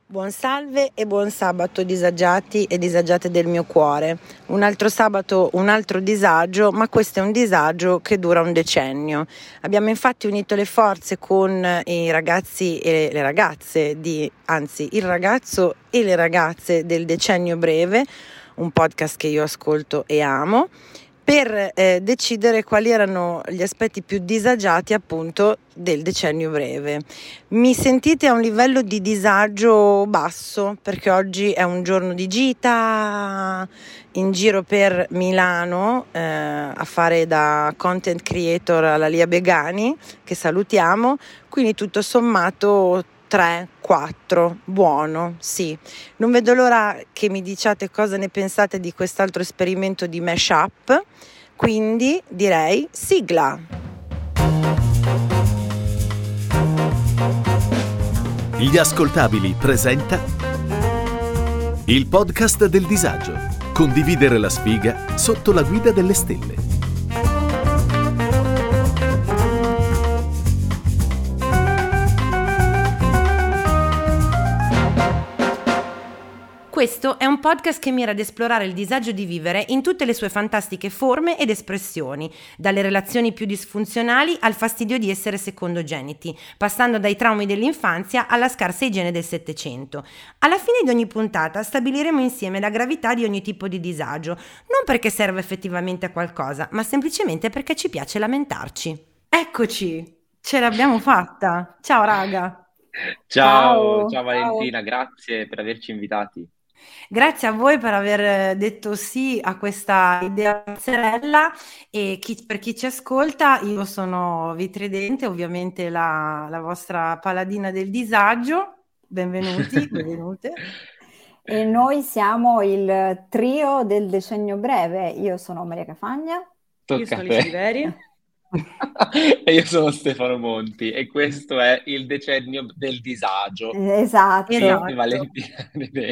Buon salve e buon sabato disagiati e disagiate del mio cuore. Un altro sabato, un altro disagio, ma questo è un disagio che dura un decennio. Abbiamo infatti unito le forze con i ragazzi e le ragazze il ragazzo e le ragazze del Decennio Breve, un podcast che io ascolto e amo, per decidere quali erano gli aspetti più disagiati appunto del decennio breve. Mi sentite a un livello di disagio basso perché oggi è un giorno di gita in giro per Milano a fare da content creator alla Lia Begani, che salutiamo, quindi tutto sommato 3, 4, buono, sì. Non vedo l'ora che mi diciate cosa ne pensate di quest'altro esperimento di mashup, quindi direi sigla. Gli Ascoltabili presenta il podcast del disagio. Condividere la sfiga sotto la guida delle stelle. Questo è un podcast che mira ad esplorare il disagio di vivere in tutte le sue fantastiche forme ed espressioni, dalle relazioni più disfunzionali al fastidio di essere secondogeniti, passando dai traumi dell'infanzia alla scarsa igiene del Settecento. Alla fine di ogni puntata stabiliremo insieme la gravità di ogni tipo di disagio, non perché serve effettivamente a qualcosa, ma semplicemente perché ci piace lamentarci. Eccoci, ce l'abbiamo fatta. Ciao raga. Ciao Valentina, grazie per averci invitati. Grazie a voi per aver detto sì a questa idea pazzerella e per chi ci ascolta, io sono Vitridente, ovviamente la vostra paladina del disagio. Benvenuti, benvenute. E noi siamo il trio del Decennio Breve. Io sono Maria Cafagna. Io sono Alice Riveri. E io sono Stefano Monti e questo è il Decennio del Disagio. Esatto. Di Valentina.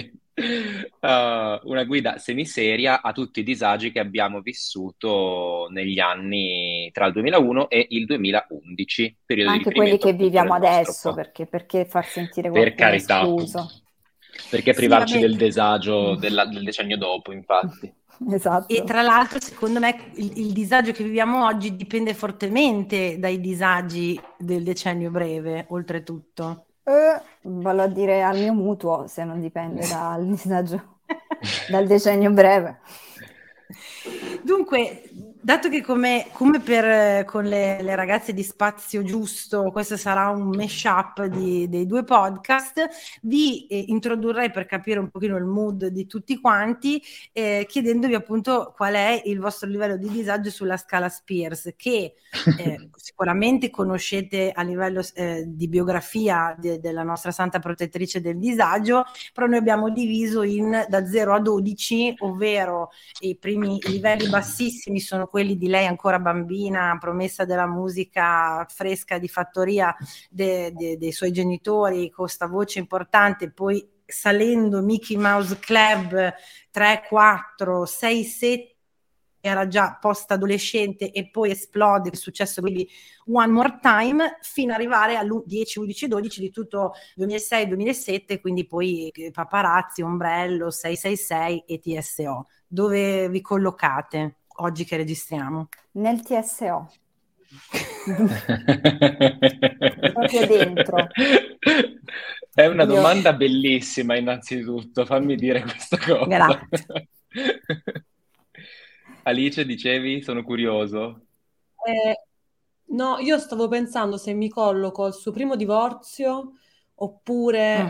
Una guida semiseria a tutti i disagi che abbiamo vissuto negli anni tra il 2001 e il 2011, periodo anche di quelli che viviamo adesso, nostro, perché far sentire qualcuno escluso? Perché privarci del disagio del decennio dopo, infatti. Esatto. E tra l'altro, secondo me, il disagio che viviamo oggi dipende fortemente dai disagi del decennio breve, oltretutto. Voglio a dire al mio mutuo, se non dipende dal disagio, dal decennio breve. Dunque, dato che con le ragazze di Spazio Giusto questo sarà un mashup dei due podcast, vi introdurrei per capire un pochino il mood di tutti quanti, chiedendovi appunto qual è il vostro livello di disagio sulla scala Spears, che sicuramente conoscete a livello di biografia della nostra santa protettrice del disagio, però noi abbiamo diviso da 0 a 12, ovvero i primi livelli bassissimi sono quelli di lei ancora bambina, promessa della musica fresca di fattoria dei suoi genitori, con sta voce importante, poi salendo Mickey Mouse Club 3, 4, 6, 7, era già post-adolescente e poi esplode, è successo quindi One More Time, fino ad arrivare al 10, 11, 12 di tutto 2006-2007, quindi poi Paparazzi, Ombrello, 666 e TSO. Dove vi collocate oggi che registriamo? Nel TSO. Proprio dentro. È una domanda bellissima, innanzitutto, fammi dire questa cosa. Grazie. Alice, dicevi? Sono curioso. No, io stavo pensando se mi colloco al suo primo divorzio oppure,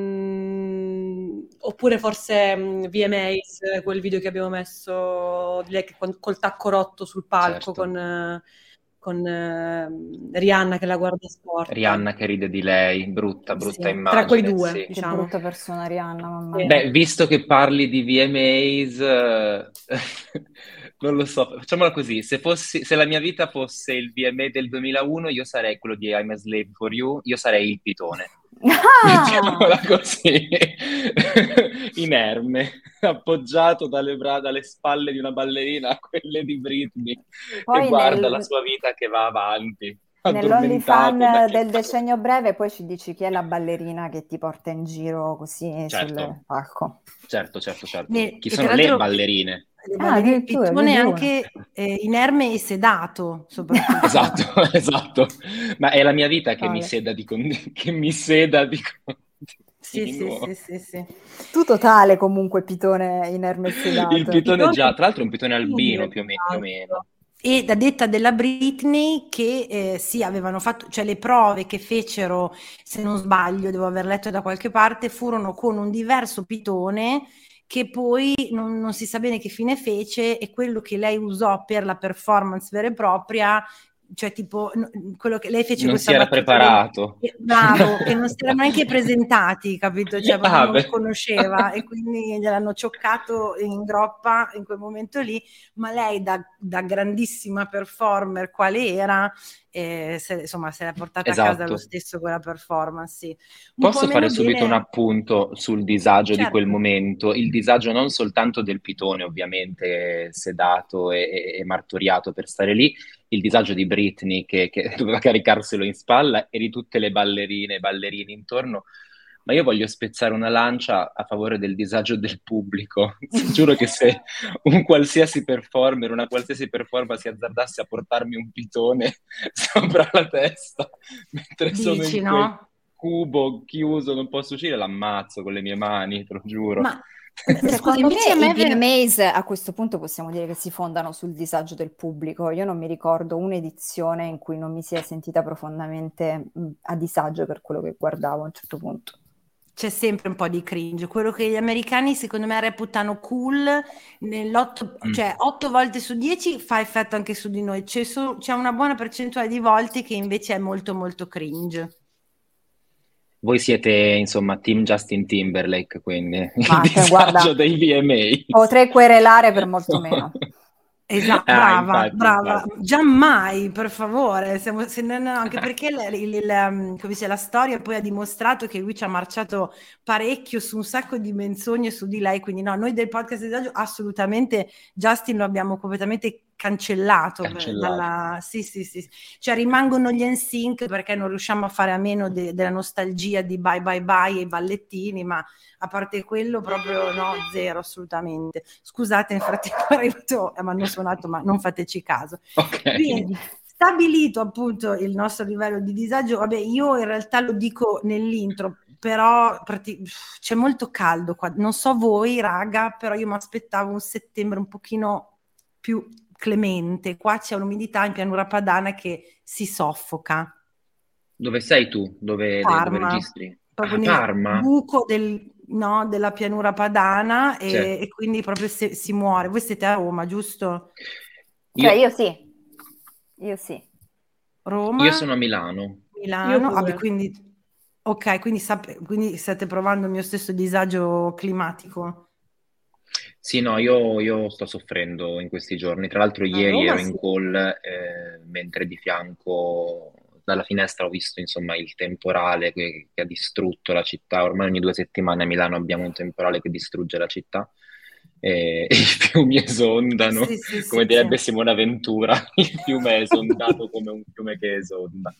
oppure forse VMAs, quel video che abbiamo messo di lei col tacco rotto sul palco, certo, con Rihanna che la guarda sporca. Rihanna che ride di lei, brutta Sì, immagine. tra quei due, sì. diciamo. Che brutta persona Rihanna, mamma mia. Beh, visto che parli di VMAs, non lo so, facciamola così, se la mia vita fosse il VMA del 2001, io sarei quello di I'm a Slave for You, io sarei il pitone. Mettiamola così, inerme, appoggiato dalle spalle di una ballerina a quelle di Britney, Poi e guarda la sua vita che va avanti. addormentato. Nell'OnlyFans del decennio breve poi ci dici chi è la ballerina che ti porta in giro così Certo. sul palco. Certo. Chi E sono tra le l'altro ballerine? le ballerine addirittura, pitone vedi una. anche inerme e sedato, soprattutto. Esatto. Ma è la mia vita che mi Vale. seda che mi seda di Sì. continuo. Tu totale comunque, pitone inerme e sedato. Il pitone Pitone già, tra l'altro è un pitone albino lungo, più o meno. E da detta della Britney che sì, avevano fatto, cioè le prove che fecero, se non sbaglio, devo aver letto da qualche parte, furono con un diverso pitone che poi non si sa bene che fine fece, e quello che lei usò per la performance vera e propria, cioè tipo quello che lei fece Non questa si era battuta preparato. bravo, che non si erano neanche presentati, capito? Cioè proprio non lo beh. conosceva, e quindi gliel'hanno cioccato in groppa in quel momento lì, ma lei da grandissima performer quale era, se l'è portata a casa lo Esatto. stesso quella performance, sì. Un po' Posso meno fare subito un bene, appunto sul disagio di quel certo. momento? Il disagio non soltanto del pitone, ovviamente sedato e martoriato per stare lì, il disagio di Britney che doveva caricarselo in spalla, e di tutte le ballerine e ballerini intorno. Ma io voglio spezzare una lancia a favore del disagio del pubblico. Giuro che se una qualsiasi performer si azzardasse a portarmi un pitone sopra la testa mentre sono Dici, in quel no? cubo chiuso, non posso uscire, l'ammazzo con le mie mani, te lo giuro. Ma scusa, Secondo invece a me me i VMAs a questo punto possiamo dire che si fondano sul disagio del pubblico. Io non mi ricordo un'edizione in cui non mi sia sentita profondamente a disagio per quello che guardavo a un certo punto. c'è sempre un po' di cringe. Quello che gli americani secondo me reputano cool, cioè 8 volte su 10 fa effetto anche su di noi. C'è una buona percentuale di volte che invece è molto molto cringe. Voi siete, insomma, team Justin Timberlake, quindi il Ma disagio guarda, dei VMA. potrei querelare per molto meno. Esatto, Infatti. Giammai, per favore, anche perché come dice, la storia poi ha dimostrato che lui ci ha marciato parecchio su un sacco di menzogne su di lei, quindi no, noi del podcast di disagio assolutamente Justin lo abbiamo completamente cancellato. Sì, cioè rimangono gli NSYNC perché non riusciamo a fare a meno della nostalgia di Bye Bye Bye e i ballettini, ma a parte quello proprio no, zero assolutamente. Scusate, nel frattempo è arrivato, mi hanno suonato, ma non fateci caso. Ok. Quindi, stabilito appunto il nostro livello di disagio, vabbè, io in realtà lo dico nell'intro, però c'è molto caldo qua, non so voi raga, però io mi aspettavo un settembre un pochino più clemente. Qua c'è un'umidità in pianura padana che si soffoca. Dove sei tu? Dove Parma, registri? proprio A nel Parma? buco della pianura padana, Sì. e quindi proprio si muore. Voi siete a Roma, giusto? Cioè io sì. Roma? Io sono a Milano. Milano? Io pure. Quindi, ok, quindi state provando il mio stesso disagio climatico. Sì, no, io sto soffrendo in questi giorni. Tra l'altro ieri Roma ero in sì. call, mentre di fianco dalla finestra ho visto insomma il temporale che ha distrutto la città. Ormai ogni 2 settimane a Milano abbiamo un temporale che distrugge la città. E i fiumi esondano, Sì, come sì. direbbe Simona Ventura, il fiume è esondato come un fiume che esonda.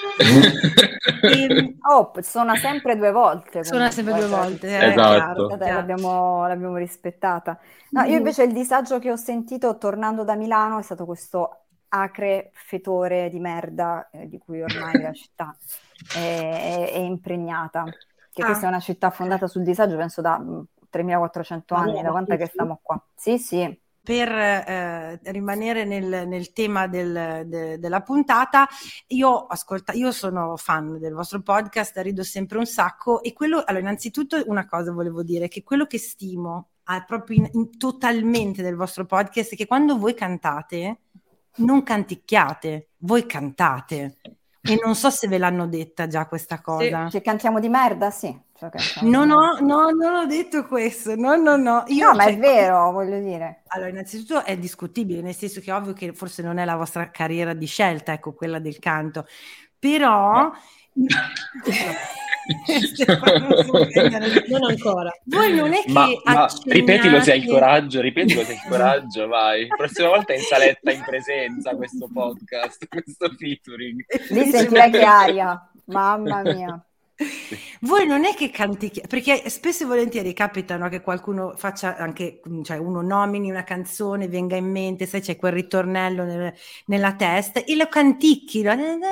Suona sempre 2 volte. Suona sempre 2 guarda, volte, Esatto. chiaro. l'abbiamo rispettata. No, io invece il disagio che ho sentito tornando da Milano è stato questo acre fetore di merda di cui ormai la città è impregnata. Che questa è una città fondata sul disagio, penso da 3.400 anni, da Roma, quant'è che sì. stiamo qua? Sì. Per rimanere nel tema della puntata, io sono fan del vostro podcast, rido sempre un sacco, e allora innanzitutto una cosa volevo dire, che quello che stimo proprio totalmente del vostro podcast è che quando voi cantate non canticchiate, voi cantate. E non so se ve l'hanno detta già questa cosa. Ci cantiamo di merda? Sì. Non ho detto questo, no. No, ma è vero, voglio dire. Allora, innanzitutto è discutibile, nel senso che è ovvio che forse non è la vostra carriera di scelta, ecco, quella del canto, però... Stefano Suglia. Non ancora. Voi non è che Ma ripetilo se hai il accennate... coraggio, vai. Prossima volta in saletta in presenza questo podcast, questo featuring. Lì sentirai che aria, mamma mia. Voi non è che perché spesso e volentieri capitano che qualcuno faccia anche, cioè uno nomini una canzone, venga in mente, sai, c'è quel ritornello nella testa e lo canticchino.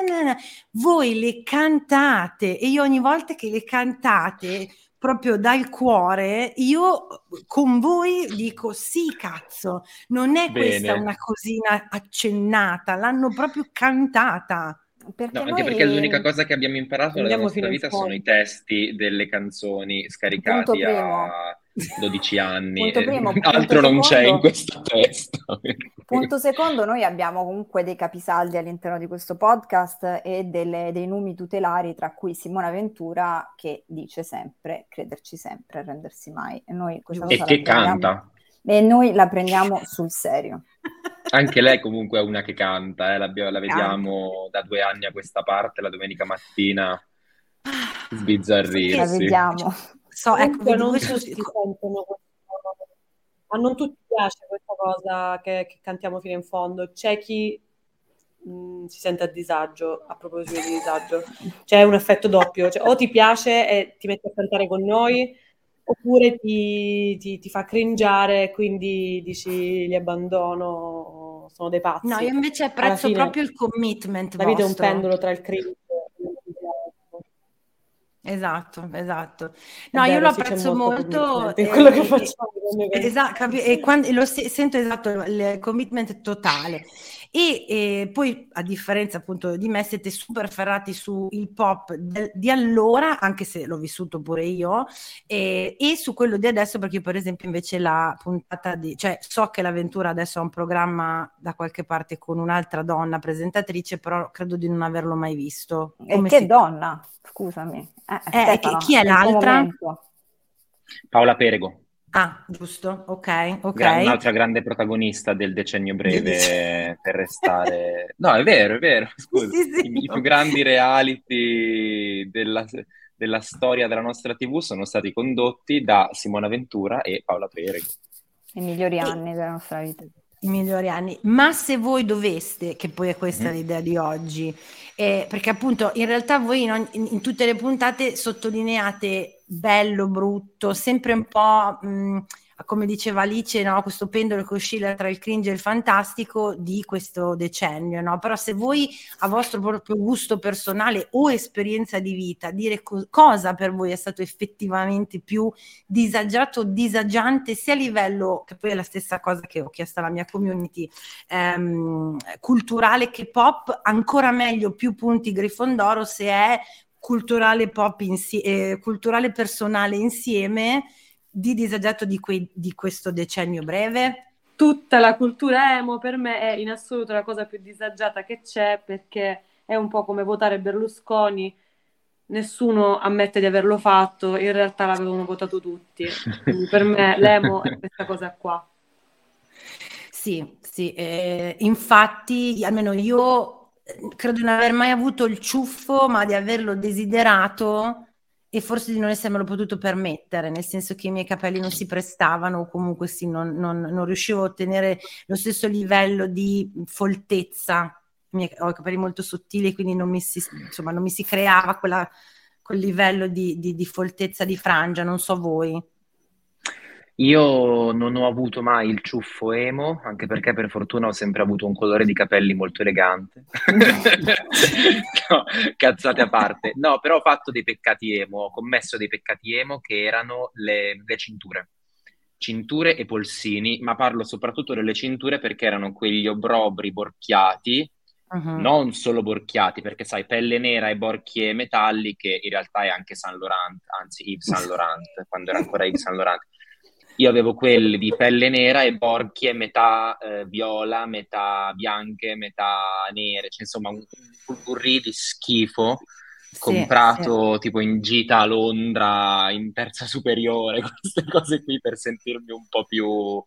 Voi le cantate e io ogni volta che le cantate proprio dal cuore, io con voi dico sì, cazzo, non è questa Bene. una cosina accennata, l'hanno proprio cantata. Perché No, anche noi perché l'unica cosa che abbiamo imparato nella Andiamo fino nostra in vita sono i fondo. testi delle canzoni punto scaricati primo, a 12 anni. punto primo, Altro punto non c'è in secondo, questo testo. punto secondo, noi abbiamo comunque dei capisaldi all'interno di questo podcast e dei numi tutelari, tra cui Simona Ventura, che dice sempre crederci sempre, arrendersi mai. E noi questa E cosa che canta. e noi la prendiamo sul serio. Anche lei comunque è una che canta, la vediamo da 2 anni a questa parte, la domenica mattina La sbizzarrirsi. vediamo. Ecco, Comunque vedi, non voi tutti sentono a non tutti piace questa cosa che cantiamo fino in fondo. C'è chi si sente a disagio a proposito di disagio. C'è un effetto doppio, cioè, o ti piace e ti metti a cantare con noi, oppure ti fa cringiare, quindi dici li abbandono, sono dei pazzi. No, io invece Alla apprezzo fine proprio il commitment la vita è un vostro. pendolo tra il cringe e l'entusiasmo. Esatto. È No, io vero, lo sì, c'è apprezzo molto molto commitment in quello che facciamo. esatto, e quando sento esatto il commitment totale. E poi, a differenza appunto di me, siete super ferrati sul pop di allora, anche se l'ho vissuto pure io, e su quello di adesso, perché io per esempio invece la puntata cioè so che l'Avventura adesso ha un programma da qualche parte con un'altra donna presentatrice, però credo di non averlo mai visto. E che donna, scusami. Stefano, chi è il tuo l'altra? momento. Paola Perego. Ah, giusto, ok. Un'altra grande protagonista del decennio breve per restare... No, è vero, scusa. Sì. I più grandi reality della storia della nostra TV sono stati condotti da Simona Ventura e Paola Perego. I migliori anni della nostra vita. I migliori anni. Ma se voi doveste, che poi è questa l'idea di oggi, perché appunto in realtà voi in tutte le puntate sottolineate bello, brutto, sempre un po', come diceva Alice, no? Questo pendolo che oscilla tra il cringe e il fantastico di questo decennio, no? Però se voi, a vostro proprio gusto personale o esperienza di vita, dire cosa per voi è stato effettivamente più disagiato o disagiante, sia a livello, che poi è la stessa cosa che ho chiesto alla mia community, culturale che pop, ancora meglio più punti Grifondoro se è culturale pop culturale personale insieme, di disagiato di questo decennio breve? Tutta la cultura emo per me è in assoluto la cosa più disagiata che c'è, perché è un po' come votare Berlusconi, nessuno ammette di averlo fatto, in realtà l'avevano votato tutti. Quindi per me l'emo è questa cosa qua. Sì, infatti almeno io credo di non aver mai avuto il ciuffo, ma di averlo desiderato e forse di non essermelo potuto permettere, nel senso che i miei capelli non si prestavano o comunque non riuscivo a ottenere lo stesso livello di foltezza. Ho i capelli molto sottili, quindi non mi si creava quel livello di foltezza di frangia, non so voi. Io non ho avuto mai il ciuffo emo, anche perché per fortuna ho sempre avuto un colore di capelli molto elegante. No, cazzate a parte. No, però ho fatto dei peccati emo, ho commesso dei peccati emo che erano le cinture. Cinture e polsini, ma parlo soprattutto delle cinture perché erano quegli obrobri borchiati, non solo borchiati, perché sai, pelle nera e borchie metalliche in realtà è anche Saint Laurent, anzi Yves Saint Laurent, quando era ancora Yves Saint Laurent. Io avevo quelli di pelle nera e borchie metà viola, metà bianche, metà nere, cioè insomma un purpurri di schifo, comprato tipo in gita a Londra in terza superiore, queste cose qui per sentirmi un po' più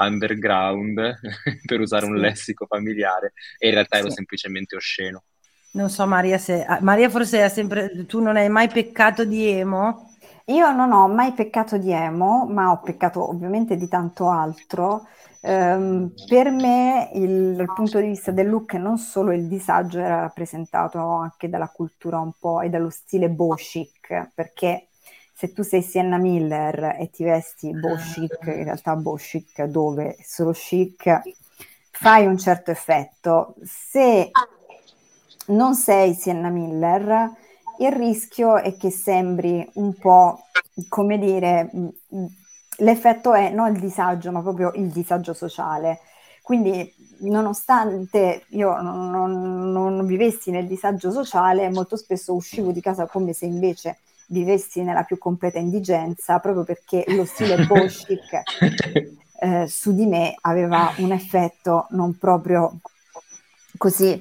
underground, per usare un lessico familiare, e in realtà ero semplicemente osceno. Non so Maria Maria forse ha sempre, tu non hai mai peccato di emo? Io non ho mai peccato di emo, ma ho peccato ovviamente di tanto altro. Per me dal punto di vista del look non solo il disagio era rappresentato anche dalla cultura un po' e dallo stile beau chic, perché se tu sei Sienna Miller e ti vesti beau chic, in realtà beau chic dove? Solo chic, fai un certo effetto. Se non sei Sienna Miller, il rischio è che sembri un po', come dire, l'effetto è non il disagio, ma proprio il disagio sociale. Quindi, nonostante io non vivessi nel disagio sociale, molto spesso uscivo di casa come se invece vivessi nella più completa indigenza, proprio perché lo stile beau chic su di me aveva un effetto non proprio così,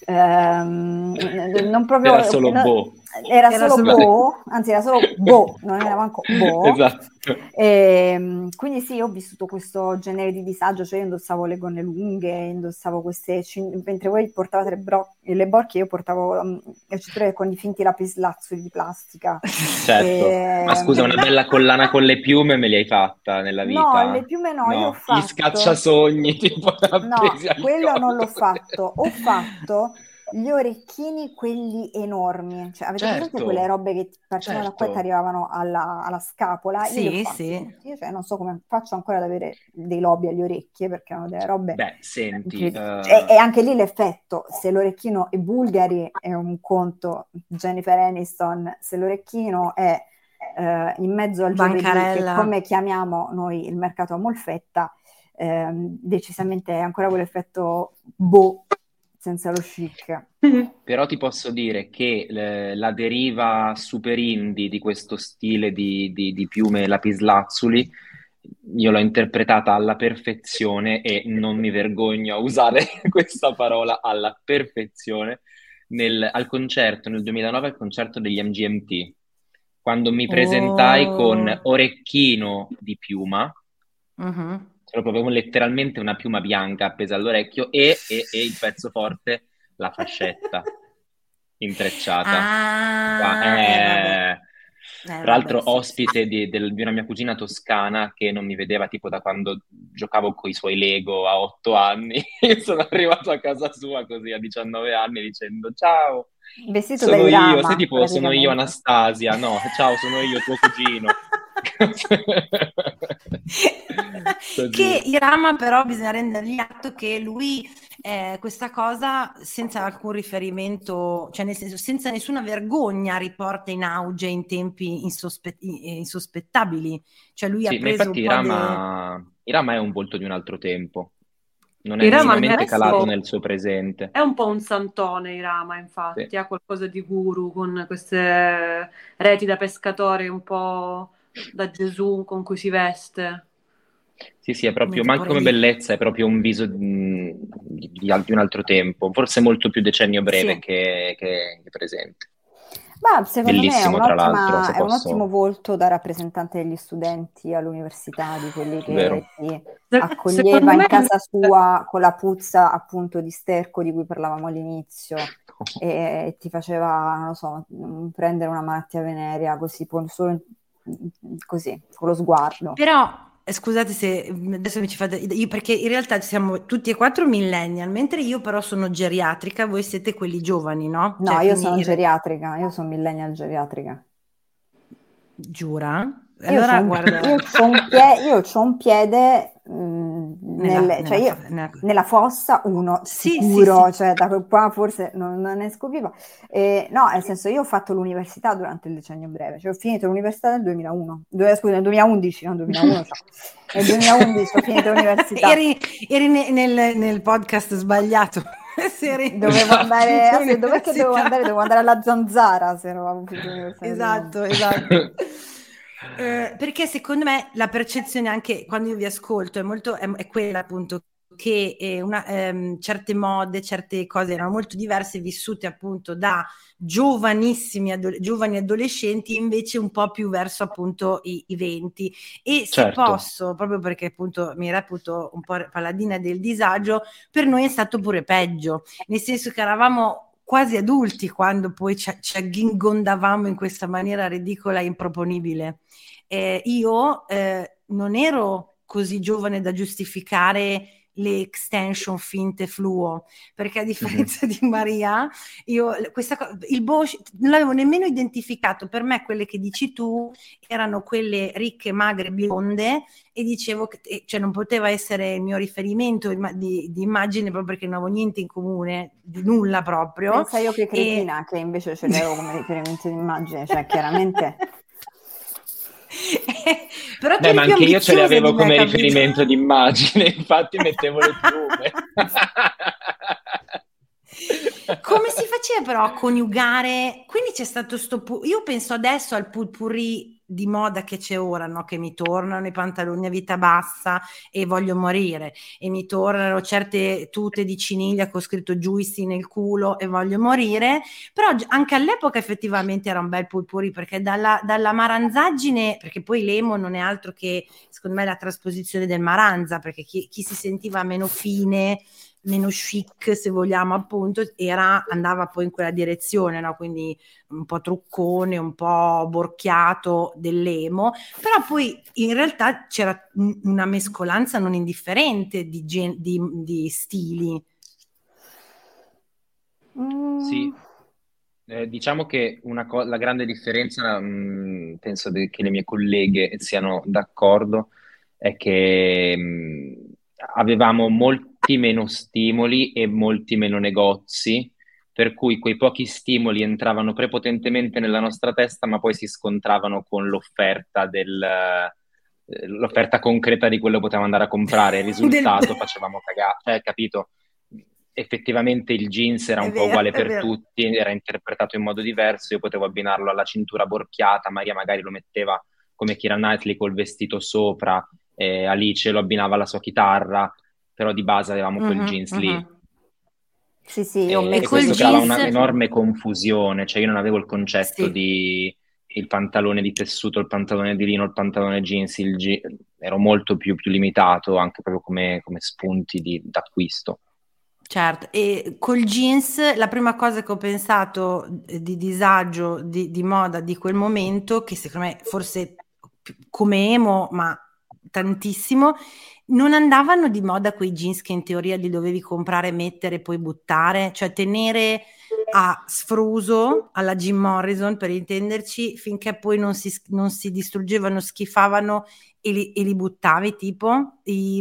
non proprio, Era solo boh. era solo boh, anzi era solo boh, non era manco boh. Esatto. Quindi sì, ho vissuto questo genere di disagio, cioè io indossavo le gonne lunghe, indossavo queste, mentre voi portavate le borchie, io portavo le cinture con i finti lapislazzuli di plastica. Certo, ma scusa, una bella collana con le piume me li hai fatta nella vita? No, le piume no, io ho fatto... Gli scacciasogni, tipo No, quello non l'ho fatto, ho fatto gli orecchini, quelli enormi, cioè avete presente quelle robe che partivano da qua e ti arrivavano alla scapola? Io li ho fatti tutti. Io, cioè, non so come faccio ancora ad avere dei lobi alle orecchie, perché hanno delle robe... Beh, senti... E anche lì l'effetto, se l'orecchino è Bulgari è un conto, Jennifer Aniston, se l'orecchino è in mezzo al giovedì, che come chiamiamo noi il mercato a Molfetta, decisamente è ancora quell'effetto boh, senza lo chic. Però ti posso dire che la deriva super indie di questo stile di piume lapislazzuli io l'ho interpretata alla perfezione e non mi vergogno a usare questa parola alla perfezione al concerto nel 2009, al concerto degli MGMT, quando mi presentai con orecchino di piuma. Proprio letteralmente una piuma bianca appesa all'orecchio e il pezzo forte, la fascetta intrecciata. Tra l'altro ospite di una mia cugina toscana che non mi vedeva tipo da quando giocavo con i suoi Lego a 8 anni. Io sono arrivato a casa sua così a 19 anni dicendo ciao, vestito sono da io, Irama, sei tipo sono io Anastasia, no, ciao, sono io tuo cugino. Che Irama però bisogna rendergli atto che lui questa cosa senza alcun riferimento, cioè nel senso senza nessuna vergogna riporta in auge in tempi insospettabili, cioè lui ha preso infatti un po' Irama è un volto di un altro tempo, non è minimamente calato nel suo presente. È un po' un santone Irama, infatti, ha qualcosa di guru con queste reti da pescatore un po' da Gesù con cui si veste. Sì, è proprio, ma anche come bellezza è proprio un viso di un altro tempo, forse molto più decennio breve che presente. Ma secondo bellissimo, me tra l'altro, è un ottimo volto da rappresentante degli studenti all'università, di quelli che ti accoglieva in casa sua con la puzza appunto di sterco di cui parlavamo all'inizio e ti faceva, non lo so, prendere una malattia venerea così, solo così, con lo sguardo. Però scusate se adesso mi ci fate io, perché in realtà siamo tutti e quattro millennial, mentre io però sono geriatrica, voi siete quelli giovani, no? No, io sono geriatrica, io sono millennial geriatrica. Giura? Allora guarda, io c'ho un piede nella fossa, uno sicuro, cioè da qua forse non esco viva. No, nel senso, io ho fatto l'università durante il decennio breve, cioè ho finito l'università nel 2001, nel 2011, non 2001, nel 2011 ho finito l'università. Eri nel podcast sbagliato. Dovevo andare, dov'è che dovevo andare? Dovevo andare alla Zanzara se eravamo finito l'università. Esatto. Perché secondo me la percezione anche quando io vi ascolto è quella appunto che certe mode, certe cose erano molto diverse, vissute appunto da giovani adolescenti, invece un po' più verso appunto i 20 e se posso, proprio perché appunto mi reputo un po' paladina del disagio, per noi è stato pure peggio, nel senso che eravamo quasi adulti quando poi ci aggingondavamo in questa maniera ridicola e improponibile. Io non ero così giovane da giustificare le extension finte fluo, perché a differenza di Maria, io il Bosch non l'avevo nemmeno identificato. Per me quelle che dici tu erano quelle ricche, magre, bionde, e dicevo che cioè non poteva essere il mio riferimento di immagine, proprio perché non avevo niente in comune, di nulla proprio. Pensa io che cretina, che invece ce l'avevo come riferimento di immagine, cioè chiaramente... Però ma anche io ce le avevo come capito? riferimento di immagine, infatti mettevo le piume. Come si faceva però a coniugare? Quindi c'è stato io penso adesso al potpourri di moda che c'è ora, no? Che mi tornano i pantaloni a vita bassa e voglio morire, e mi tornano certe tute di ciniglia con scritto Juicy nel culo e voglio morire. Però anche all'epoca effettivamente era un bel potpourri, perché dalla maranzaggine, perché poi l'emo non è altro che secondo me la trasposizione del maranza, perché chi si sentiva meno fine, meno chic, se vogliamo, appunto, andava poi in quella direzione, no? Quindi un po' truccone, un po' borchiato dell'emo, però poi in realtà c'era una mescolanza non indifferente di stili. Sì, diciamo che la grande differenza, penso che le mie colleghe siano d'accordo, è che avevamo molti meno stimoli e molti meno negozi, per cui quei pochi stimoli entravano prepotentemente nella nostra testa, ma poi si scontravano con l'offerta l'offerta concreta di quello che potevamo andare a comprare. Il risultato facevamo cagare, cioè, capito? Effettivamente il jeans era un po' uguale per tutti, era interpretato in modo diverso. Io potevo abbinarlo alla cintura borchiata, Maria magari lo metteva come Keira Knightley col vestito sopra, Alice lo abbinava alla sua chitarra, però di base avevamo quel jeans lì. Sì, io ho E messo questo quel creava jeans... un'enorme confusione, cioè io non avevo il concetto Sì. di il pantalone di tessuto, il pantalone di lino, il pantalone jeans, ero molto più limitato anche proprio come spunti d'acquisto. Certo, e col jeans la prima cosa che ho pensato di disagio, di moda di quel momento, che secondo me forse come emo, ma tantissimo, non andavano di moda quei jeans che in teoria li dovevi comprare, mettere e poi buttare, cioè tenere a sfruso alla Jim Morrison, per intenderci, finché poi non si distruggevano, schifavano e li buttavi, tipo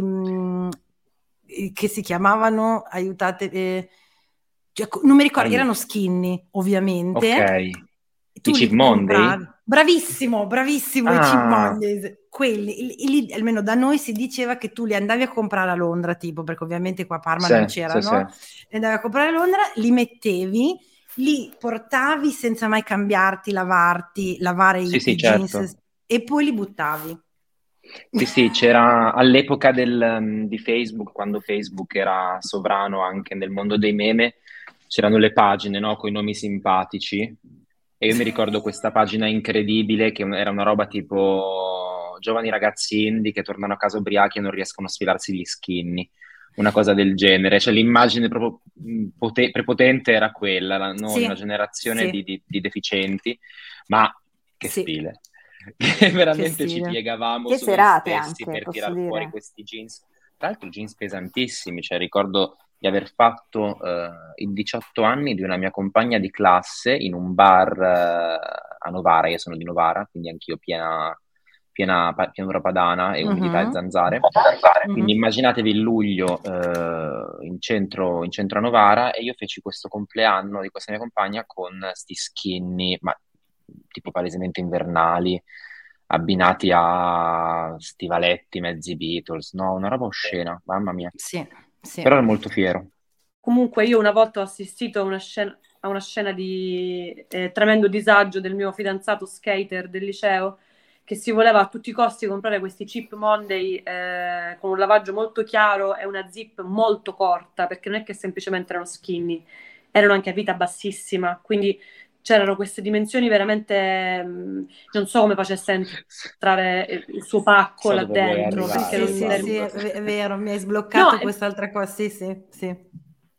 che si chiamavano, aiutate, cioè, non mi ricordo, erano skinny ovviamente. Ok, Tu i Cheap li Monday? compravi. Bravissimo, i Cheap Mondays. Quelli, lì, almeno da noi si diceva che tu li andavi a comprare a Londra, tipo, perché ovviamente qua a Parma non c'erano, li andavi a comprare a Londra, li mettevi, li portavi senza mai cambiarti, lavare i jeans, certo. e poi li buttavi. Sì, c'era all'epoca di Facebook, quando Facebook era sovrano anche nel mondo dei meme, c'erano le pagine, no, con i nomi simpatici, e io mi ricordo questa pagina incredibile che era una roba tipo giovani ragazzi indie che tornano a casa ubriachi e non riescono a sfilarsi gli skinny, una cosa del genere, cioè l'immagine proprio prepotente era quella, noi una generazione di deficienti, ma che stile! Che veramente ci piegavamo che su noi serate stessi anche, per tirar dire. fuori questi jeans, tra l'altro jeans pesantissimi, cioè ricordo di aver fatto i 18 anni di una mia compagna di classe in un bar a Novara. Io sono di Novara, quindi anch'io pianura padana e umidità e zanzare, quindi immaginatevi il luglio in centro a Novara, e io feci questo compleanno di questa mia compagna con sti skinny, ma tipo palesemente invernali, abbinati a stivaletti mezzi Beatles, no, una roba oscena, mamma mia. Sì. Però ero molto fiero. Comunque io una volta ho assistito a una scena di tremendo disagio del mio fidanzato skater del liceo, che si voleva a tutti i costi comprare questi Cheap Monday con un lavaggio molto chiaro e una zip molto corta, perché non è che semplicemente erano skinny, erano anche a vita bassissima, quindi c'erano queste dimensioni veramente, non so come facesse entrare il suo pacco là dentro. Sì, è vero, mi hai sbloccato quest'altra cosa, sì.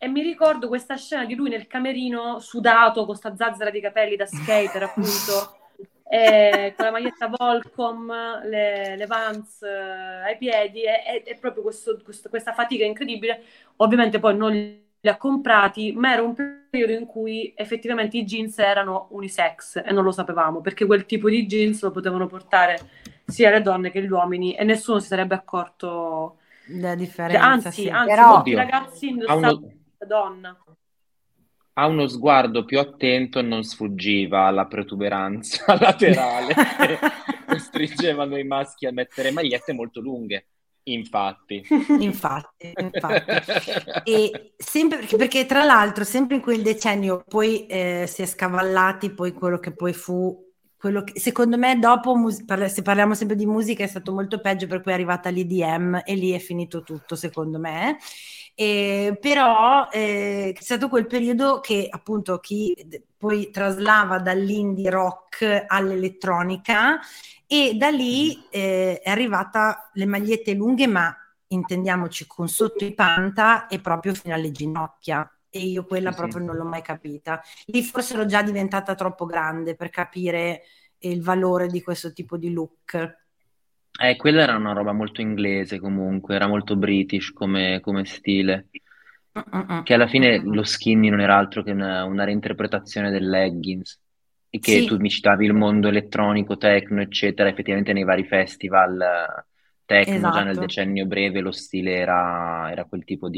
E mi ricordo questa scena di lui nel camerino sudato con sta zazzera di capelli da skater, appunto, con la maglietta Volcom, le Vans ai piedi, e proprio questa fatica incredibile. Ovviamente poi non li ha comprati, ma era un periodo in cui effettivamente i jeans erano unisex e non lo sapevamo, perché quel tipo di jeans lo potevano portare sia le donne che gli uomini e nessuno si sarebbe accorto. La differenza, sì. Anzi, Però- molti Oddio, ragazzi ha indossavano uno, la donna. ha uno sguardo più attento, non sfuggiva alla protuberanza laterale che costringevano i maschi a mettere magliette molto lunghe. Infatti. Infatti. E sempre perché tra l'altro sempre in quel decennio poi si è scavallati poi quello che poi fu quello che secondo me dopo se parliamo sempre di musica è stato molto peggio, per cui è arrivata l'EDM e lì è finito tutto secondo me. Però è stato quel periodo che appunto chi poi traslava dall'indie rock all'elettronica, e da lì è arrivata le magliette lunghe, ma intendiamoci con sotto i panta e proprio fino alle ginocchia, e io quella Sì, proprio sì. non l'ho mai capita. Lì forse ero già diventata troppo grande per capire il valore di questo tipo di look. Quella era una roba molto inglese comunque, era molto British come stile, che alla fine lo skinny non era altro che una reinterpretazione del leggings, e che tu Sì, mi citavi il mondo elettronico, techno, eccetera, effettivamente nei vari festival techno, già nel esatto. decennio breve, lo stile era quel tipo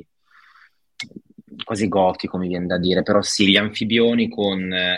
quasi gotico, mi viene da dire, però sì, gli anfibioni con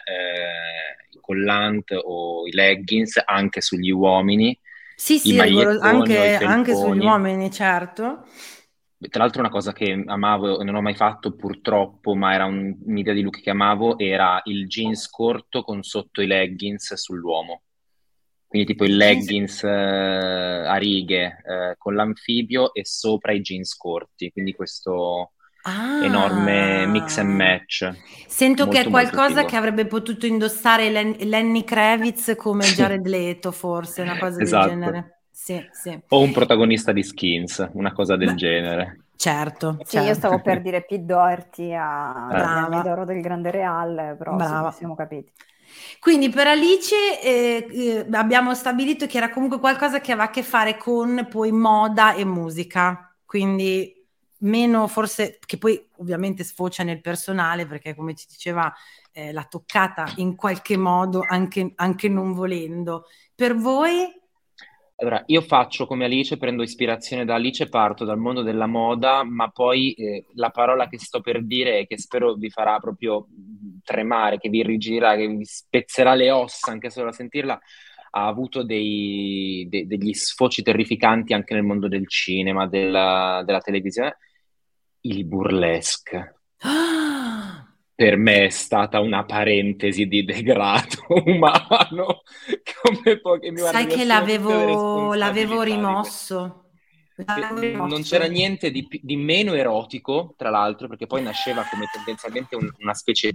i collant o i leggings anche sugli uomini, Sì, i sì, magliettoni o i anche sugli felponi. uomini, certo. Tra l'altro una cosa che amavo e non ho mai fatto purtroppo, ma era un'idea di look che amavo, era il jeans corto con sotto i leggings sull'uomo. Quindi tipo il Il jeans. leggings a righe con l'anfibio e sopra i jeans corti. Quindi questo enorme mix and Ah, match. sento che è Molto molto qualcosa che figo. avrebbe potuto indossare Lenny Kravitz come Sì, Jared Leto, forse, una cosa del esatto. genere. Sì, sì. O un protagonista di Skins, una cosa del Beh, genere. certo, Sì, io certo. stavo per dire Pete Doherty negli anni Brava, d'oro del Grande Real, però sì, brava. ci siamo capiti. Quindi per Alice abbiamo stabilito che era comunque qualcosa che aveva a che fare con poi moda e musica, quindi meno forse, che poi ovviamente sfocia nel personale, perché come ci diceva l'ha toccata in qualche modo anche non volendo. Per voi? Allora, io faccio come Alice, prendo ispirazione da Alice, parto dal mondo della moda, ma poi la parola che sto per dire e che spero vi farà proprio tremare, che vi irrigidirà, che vi spezzerà le ossa anche solo a sentirla, ha avuto degli sfoci terrificanti anche nel mondo del cinema, della televisione. Il burlesque Ah! per me è stata una parentesi di degrado umano, come poche, guarda, Sai mi che assumo tutte le l'avevo responsabilità di questo. rimosso. L'avevo Non c'era rimosso. niente di meno erotico, tra l'altro, perché poi nasceva come tendenzialmente una specie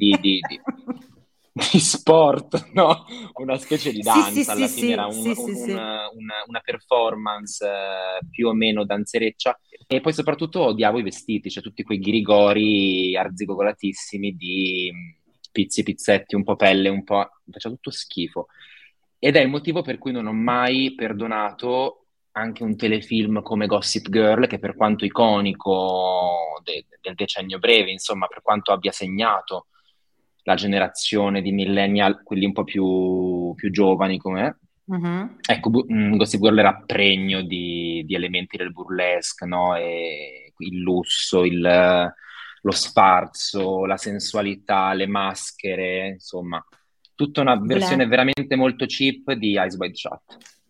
di sport, no? Una specie di Sì, sì, danza, sì, alla fine era sì, sì, sì, sì. una performance più o meno danzereccia. E poi soprattutto odiavo i vestiti, cioè tutti quei ghirigori arzigogolatissimi di pizzi, pizzetti, un po' pelle, un po'. Faceva tutto schifo. Ed è il motivo per cui non ho mai perdonato anche un telefilm come Gossip Girl, che per quanto iconico del decennio breve, insomma, per quanto abbia segnato la generazione di millennial, quelli un po' più giovani come me, Mhm. ecco, Gossip Girl era pregno di elementi del burlesque, no? E il lusso, lo sfarzo, la sensualità, le maschere, insomma, tutta una versione Black. veramente molto cheap di Eyes Wide Shut.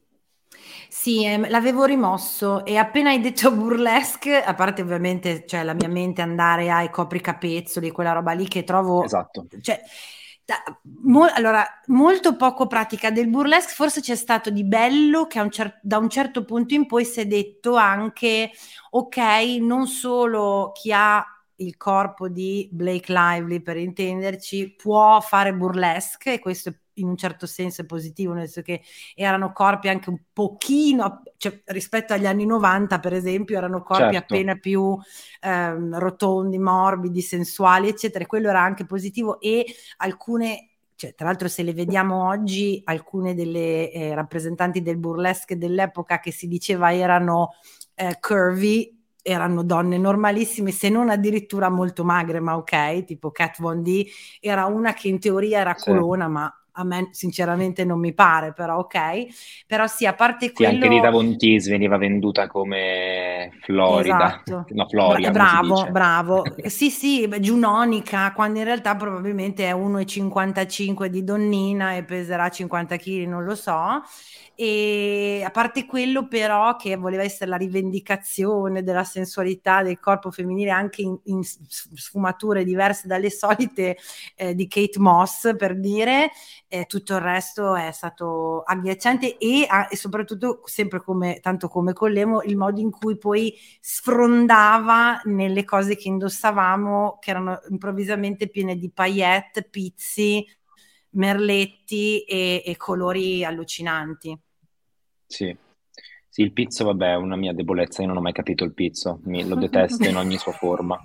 Sì, l'avevo rimosso, e appena hai detto burlesque, a parte ovviamente, cioè, la mia mente andare ai copricapezzoli, quella roba lì che trovo, Esatto. cioè, allora, molto poco pratica del burlesque. Forse c'è stato di bello che da un certo punto in poi si è detto anche, ok, non solo chi ha il corpo di Blake Lively, per intenderci, può fare burlesque, e questo in un certo senso è positivo, nel senso che erano corpi anche un pochino, cioè, rispetto agli anni 90 per esempio, erano corpi Certo. appena più rotondi, morbidi, sensuali, eccetera, e quello era anche positivo. E alcune, cioè, tra l'altro, se le vediamo oggi, alcune delle rappresentanti del burlesque dell'epoca che si diceva erano curvy, erano donne normalissime, se non addirittura molto magre, ma ok, tipo Kat Von D era una che in teoria era Sì. colona, ma a me sinceramente non mi pare, però ok. Però sì, a parte Sì, anche quello... Rita Von Teese veniva venduta come Florida, Esatto, no, Floria, come si bravo, dice? bravo. Sì, sì, beh, Giunonica, quando in realtà probabilmente è 1,55 di donnina e peserà 50 kg, non lo so. E a parte quello però, che voleva essere la rivendicazione della sensualità del corpo femminile anche in sfumature diverse dalle solite di Kate Moss, per dire, tutto il resto è stato agghiacciante, e soprattutto, sempre come, tanto come con l'emo, il modo in cui poi sfrondava nelle cose che indossavamo, che erano improvvisamente piene di paillette, pizzi, merletti e colori allucinanti. Sì. Sì, il pizzo, vabbè, è una mia debolezza, io non ho mai capito il pizzo, lo detesto in ogni sua forma.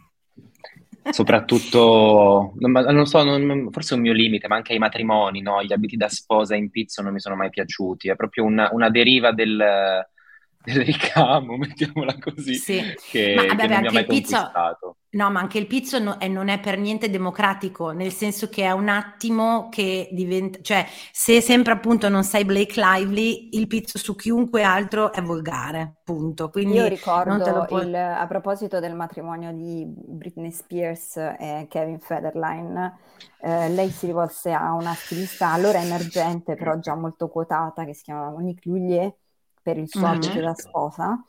Soprattutto, non so, forse è un mio limite, ma anche ai matrimoni, no? Gli abiti da sposa in pizzo non mi sono mai piaciuti, è proprio una deriva del ricamo, mettiamola così, Sì, ma che vabbè, non mi ha anche mai il pizzo, conquistato. no, ma anche il pizzo non è per niente democratico, nel senso che è un attimo che diventa, cioè, se sempre appunto non sei Blake Lively, il pizzo su chiunque altro è volgare, punto. Io Quindi non te ricordo lo puoi... a proposito del matrimonio di Britney Spears e Kevin Federline, lei si rivolse a una stilista allora emergente, però già molto quotata, che si chiamava Monique Lhuillier, per il suo abito da Certo. sposa.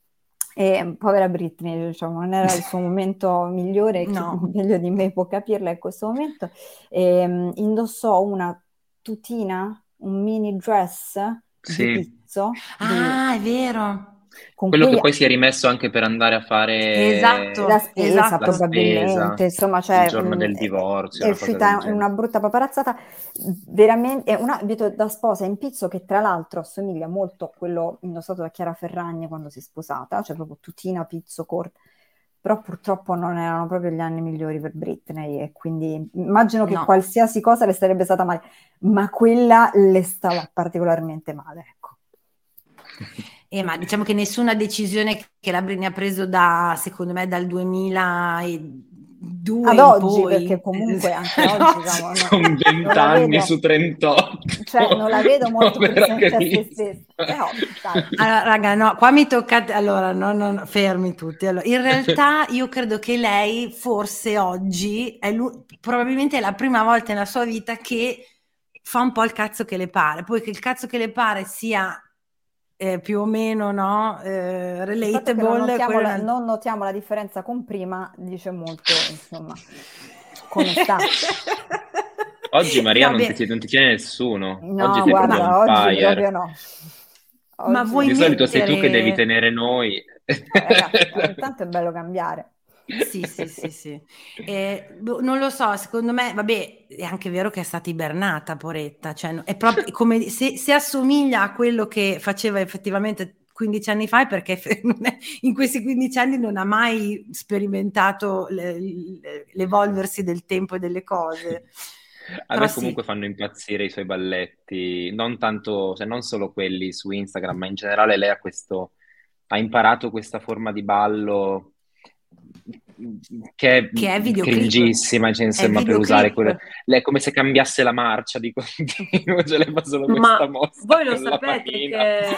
E povera Britney, diciamo, non era il suo momento migliore, chi No. meglio di me può capirla in questo momento. E, indossò una tutina, un mini dress di Sì, pizzo, Ah, è vero. con quello cui che poi si è rimesso anche per andare a fare la Esatto, spesa la esatto. spesa probabilmente, insomma, il cioè, giorno del divorzio, è una cosa del uscita in genere. una brutta paparazzata, veramente, è un abito da sposa in pizzo che tra l'altro assomiglia molto a quello indossato da Chiara Ferragni quando si è sposata, cioè proprio tutina, pizzo, corto, però purtroppo non erano proprio gli anni migliori per Britney e quindi immagino che No. qualsiasi cosa le sarebbe stata male, ma quella le stava particolarmente male, ecco. Ma diciamo che nessuna decisione che la Britney ha preso secondo me dal 2002 Ad in oggi, poi, perché comunque anche no, oggi diciamo, Sono non 20 la anni vedo, su 38. cioè non la vedo molto Povera presente a se Chris. stessa, però sai. Allora, raga, no, qua mi toccate, allora, no, fermi tutti. Allora, in realtà io credo che lei forse oggi probabilmente è la prima volta nella sua vita che fa un po' il cazzo che le pare, poi che il cazzo che le pare sia più o meno, no, Il fatto che relatable, non notiamo la differenza con prima dice molto, insomma, come sta. Oggi Maria No, non beh, ti tiene nessuno. No, Oggi sei proprio guarda, on oggi fire. proprio no. ma Oggi vuoi Di no. solito sei tu che devi mettere... tenere noi. Ragazzi, ogni tanto è bello cambiare. Sì. Non lo so, secondo me, vabbè, è anche vero che è stata ibernata, poretta, cioè è proprio come se assomiglia a quello che faceva effettivamente 15 anni fa, è perché in questi 15 anni non ha mai sperimentato l'evolversi del tempo e delle cose. A Però me sì, comunque fanno impazzire i suoi balletti, non tanto, cioè non solo quelli su Instagram, ma in generale lei ha imparato questa forma di ballo che è che è videoclip, cringissima, cioè, è insomma, per usare videoclip. lei è come se cambiasse la marcia di continuo, cioè lei fa solo Ma questa mossa voi lo con la sapete manina. che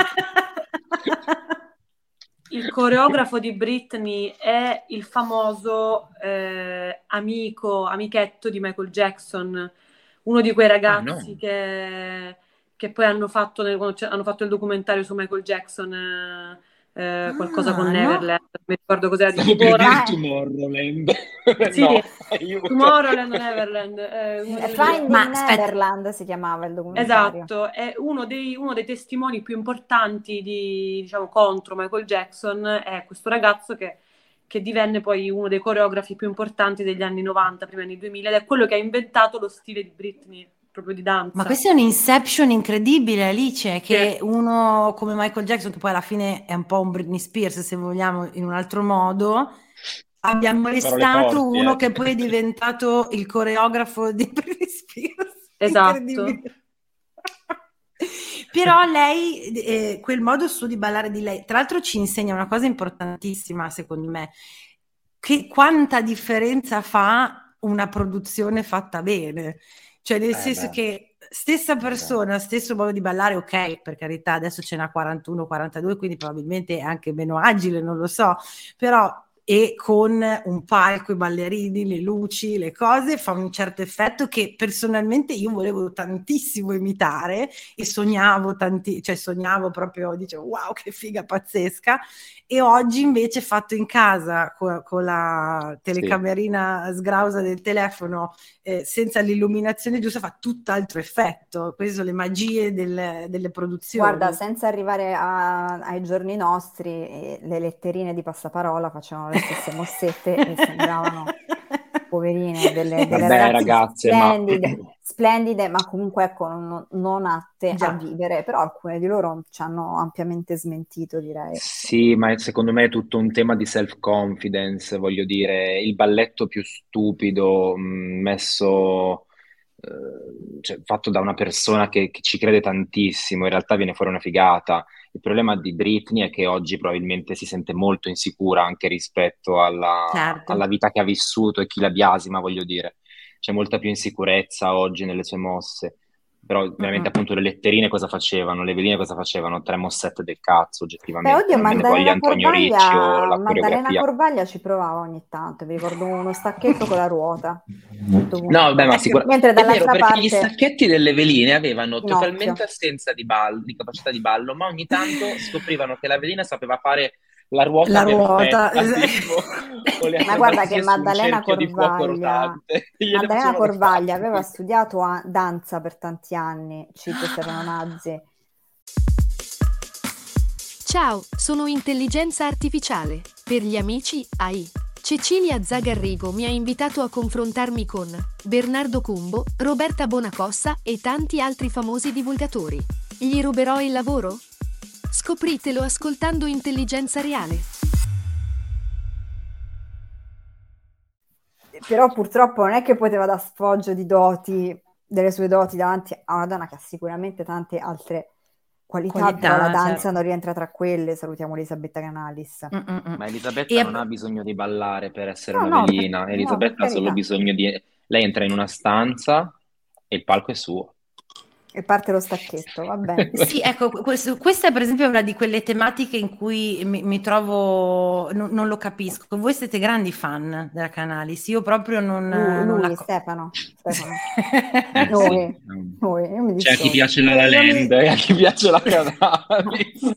il coreografo di Britney è il famoso amichetto di Michael Jackson, uno di quei ragazzi no. che poi hanno fatto, hanno fatto il documentario su Michael Jackson, qualcosa con no. Neverland, mi ricordo cos'era, di Stavo tipo... per dire Tomorrowland. Sì, No, aiuto. Tomorrowland, Neverland. Uno dei due. Finding Ma aspetta. Neverland si chiamava il documentario. Esatto, è uno dei testimoni più importanti di, diciamo, contro Michael Jackson, è questo ragazzo che che divenne poi uno dei coreografi più importanti degli anni 90, primi anni 2000, ed è quello che ha inventato lo stile di Britney, proprio di danza. Ma questa è un'inception incredibile, Alice, che uno come Michael Jackson, che poi alla fine è un po' un Britney Spears, se vogliamo, in un altro modo, abbia molestato uno che poi è diventato il coreografo di Britney Spears. Esatto. Incredibile. Però lei, quel modo suo di ballare di lei, tra l'altro ci insegna una cosa importantissima, secondo me, che quanta differenza fa una produzione fatta bene. Cioè nel senso che stessa persona, stesso modo di ballare, ok, per carità, adesso ce n'ha 41, 42, quindi probabilmente è anche meno agile, non lo so, però e con un palco, i ballerini, le luci, le cose, fa un certo effetto che personalmente io volevo tantissimo imitare e sognavo proprio, dicevo wow che figa pazzesca, e oggi invece fatto in casa con la telecamerina sgrausa del telefono, senza l'illuminazione giusta, fa tutt'altro effetto. Queste sono le magie delle produzioni. Guarda, senza arrivare ai giorni nostri, le letterine di passaparola facevano le stesse mossette e sembravano poverine, delle ragazze splendide, ma comunque ecco, non atte a vivere, però alcune di loro ci hanno ampiamente smentito, direi. Sì, ma secondo me è tutto un tema di self-confidence, voglio dire, il balletto più stupido messo, cioè, fatto da una persona che ci crede tantissimo, in realtà viene fuori una figata. Il problema di Britney è che oggi probabilmente si sente molto insicura anche rispetto alla vita che ha vissuto e chi la biasima, voglio dire. C'è molta più insicurezza oggi nelle sue mosse. Però veramente appunto le letterine cosa facevano? Le veline cosa facevano? 3 mossette del cazzo, oggettivamente. Beh, oddio, Non me ne voglia Antonio Ricci o la Maddalena coreografia. Corvaglia ci provava ogni tanto, vi ricordo uno stacchetto con la ruota. No, beh, ma sicuramente Mentre è vero, dall'altra perché parte gli stacchetti delle veline avevano Ginocchio. totalmente assenza di capacità di ballo, ma ogni tanto scoprivano che la velina sapeva fare la ruota perfetta, tipo, o le ma guarda acrobazie che su un Maddalena cerchio di fuoco rotante. Maddalena Corvaglia aveva studiato danza per tanti anni, cito Stefano Nazzi. Ciao, sono Intelligenza Artificiale. Per gli amici, AI. Cecilia Zagarrigo mi ha invitato a confrontarmi con Bernardo Cumbo, Roberta Bonacossa e tanti altri famosi divulgatori. Gli ruberò il lavoro? Scopritelo ascoltando Intelligenza Reale. Però purtroppo non è che poteva dar sfoggio delle sue doti davanti a una donna che ha sicuramente tante altre qualità, però la danza non rientra tra quelle. Salutiamo Elisabetta Canalis. Ma Elisabetta non ha bisogno di ballare per essere una velina. Elisabetta ha solo bisogno di... Lei entra in una stanza e il palco è suo. E parte lo stacchetto, va bene. Sì, ecco, questa è per esempio una di quelle tematiche in cui mi trovo, non lo capisco. Voi siete grandi fan della Canalis, io proprio non Stefano. Noi, io mi c'è a chi piace la La Land e a chi piace la Canalis.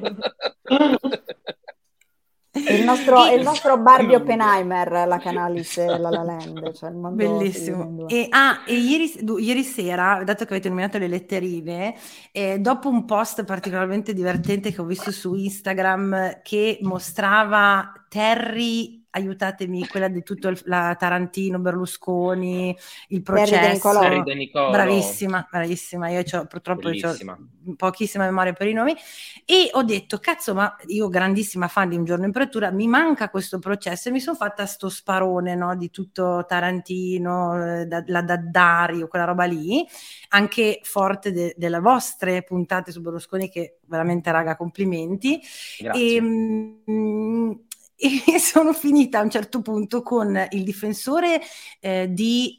Il nostro Barbie Oppenheimer, la Canalis e la La Land, cioè il mondo bellissimo. E ieri sera, dato che avete nominato le letterine, dopo un post particolarmente divertente che ho visto su Instagram che mostrava Terry, aiutatemi, quella di tutto la Tarantino, Berlusconi, il processo. Terry De Nicolò. Bravissima, io purtroppo ho pochissima memoria per i nomi, e ho detto cazzo, ma io grandissima fan di Un giorno in pretura, mi manca questo processo, e mi sono fatta sto sparone, no, di tutto Tarantino, la Daddario, quella roba lì, anche forte delle vostre puntate su Berlusconi, che veramente, raga, complimenti. Grazie. E sono finita a un certo punto con il difensore di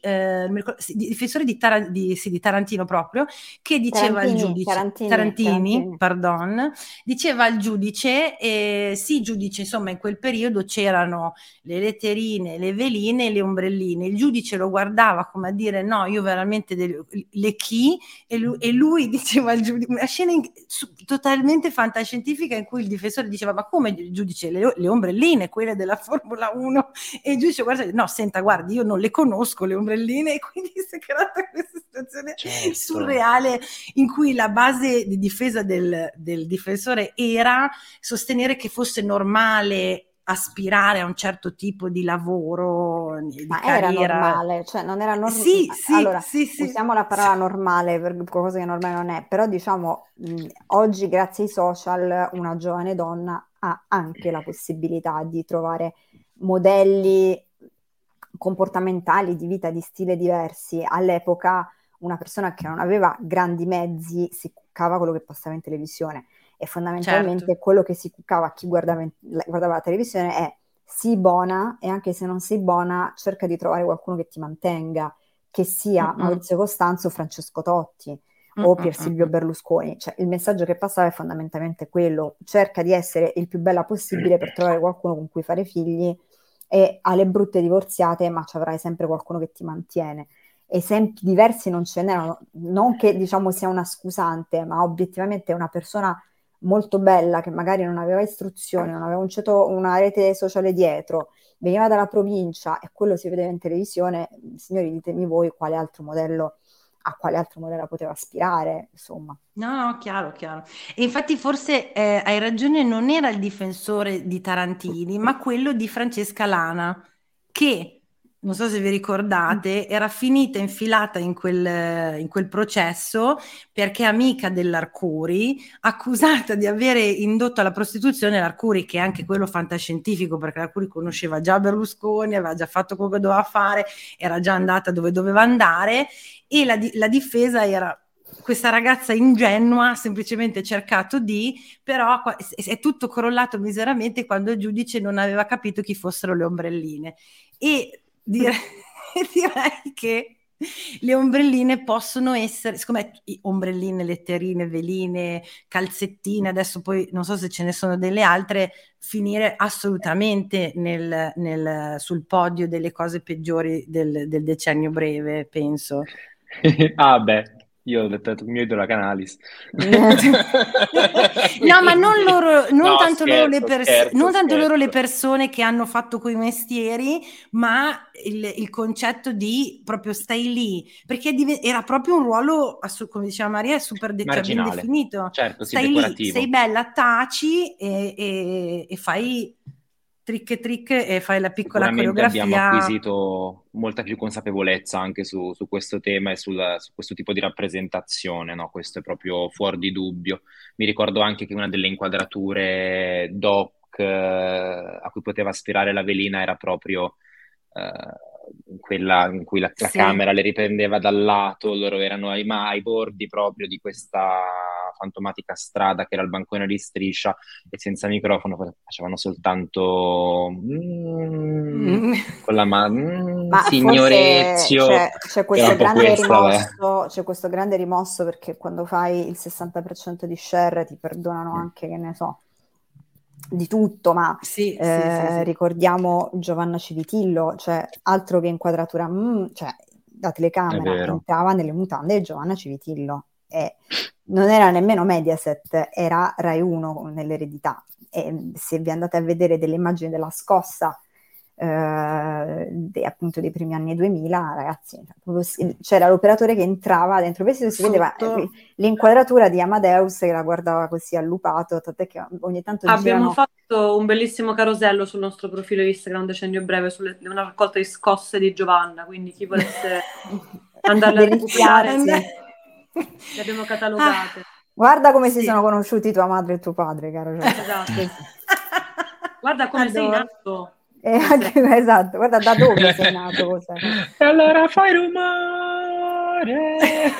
Tarantino proprio, che diceva al giudice Tarantini, pardon, diceva al giudice sì giudice, insomma in quel periodo c'erano le letterine, le veline e le ombrelline, il giudice lo guardava come a dire no, io veramente le chi, e lui diceva al giudice, una scena totalmente fantascientifica in cui il difensore diceva ma come, il giudice, le ombrelline, quelle della Formula 1, e il giudice guarda, no, senta, guardi, io non le conosco le ombrelline, e quindi si è creata questa situazione surreale in cui la base di difesa del difensore era sostenere che fosse normale aspirare a un certo tipo di lavoro, di Ma era carriera. normale, cioè non era normale. Sì, Allora, sì, sì, usiamo la parola normale per qualcosa che normale non è, però diciamo oggi grazie ai social una giovane donna ha anche la possibilità di trovare modelli comportamentali, di vita, di stile diversi. All'epoca una persona che non aveva grandi mezzi si cuccava quello che passava in televisione e fondamentalmente certo. quello che si cuccava a chi guardava la televisione è sii buona e anche se non sei buona cerca di trovare qualcuno che ti mantenga, che sia Maurizio Costanzo o Francesco Totti o Pier Silvio Berlusconi. Cioè, il messaggio che passava è fondamentalmente quello: cerca di essere il più bella possibile per trovare qualcuno con cui fare figli e alle brutte divorziate, ma ci avrai sempre qualcuno che ti mantiene. Esempi diversi non ce n'erano, non che diciamo sia una scusante, ma obiettivamente una persona molto bella che magari non aveva istruzione, non aveva una rete sociale dietro, veniva dalla provincia e quello si vedeva in televisione. Signori, ditemi voi a quale altro modello poteva aspirare, insomma. No, chiaro. E infatti forse hai ragione, non era il difensore di Tarantini, ma quello di Francesca Lana, che, non so se vi ricordate, era finita infilata in quel processo perché amica dell'Arcuri, accusata di avere indotto alla prostituzione l'Arcuri, che è anche quello fantascientifico, perché l'Arcuri conosceva già Berlusconi, aveva già fatto quello che doveva fare, era già andata dove doveva andare, e la difesa era: questa ragazza ingenua ha semplicemente cercato però è tutto crollato miseramente quando il giudice non aveva capito chi fossero le ombrelline. E direi che le ombrelline possono essere, siccome ombrelline, letterine, veline, calzettine, adesso poi non so se ce ne sono delle altre, finire assolutamente sul podio delle cose peggiori del decennio breve, penso. Ah beh, io ho detto il mio idolo Canalis. No, ma non loro, non No, tanto scherzo. loro le persone che hanno fatto quei mestieri, ma il concetto di proprio stai lì, perché era proprio un ruolo, come diceva Maria, super ben marginale, definito. certo, sì, Stai lì, decorativo. sei bella, taci e fai trick e fai la piccola Sicuramente abbiamo coreografia. acquisito molta più consapevolezza anche su questo tema e su questo tipo di rappresentazione, no? Questo è proprio fuori di dubbio. Mi ricordo anche che una delle inquadrature doc a cui poteva aspirare la velina era proprio quella in cui la Sì. camera le riprendeva dal lato, loro erano ai bordi proprio di questa fantomatica strada che era il bancone di striscia e senza microfono facevano soltanto con la mano, Ma signorezio. forse c'è questo Era un po' grande questa, c'è questo grande rimosso perché quando fai il 60% di share ti perdonano anche, che ne so, di tutto, ma Sì. ricordiamo Giovanna Civitillo, cioè altro che inquadratura, cioè la È telecamera vero. entrava nelle mutande di Giovanna Civitillo e non era nemmeno Mediaset, era Rai 1 nell'eredità. E se vi andate a vedere delle immagini della scossa appunto dei primi anni 2000, ragazzi, c'era l'operatore che entrava dentro il vestito, si vedeva l'inquadratura di Amadeus che la guardava così allupato, tant'è che ogni tanto abbiamo fatto un bellissimo carosello sul nostro profilo Instagram Decennio Breve, una raccolta di scosse di Giovanna, quindi chi volesse andarle a recuperare le abbiamo catalogate. Guarda come si sono conosciuti tua madre e tuo padre, caro. Esatto. Guarda come sei nato. Esatto, guarda da dove sei nato. Cos'è. E allora fai rumore.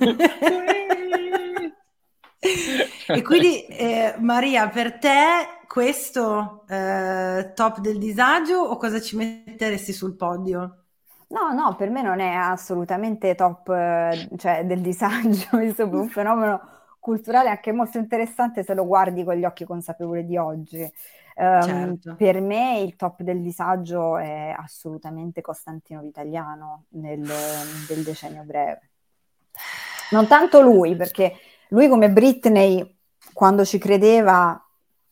E quindi Maria, per te questo top del disagio o cosa ci metteresti sul podio? No, per me non è assolutamente top, cioè del disagio, visto un fenomeno culturale anche molto interessante se lo guardi con gli occhi consapevoli di oggi. Certo. Per me il top del disagio è assolutamente Costantino Vitagliano del decennio breve. Non tanto lui, perché lui come Britney quando ci credeva.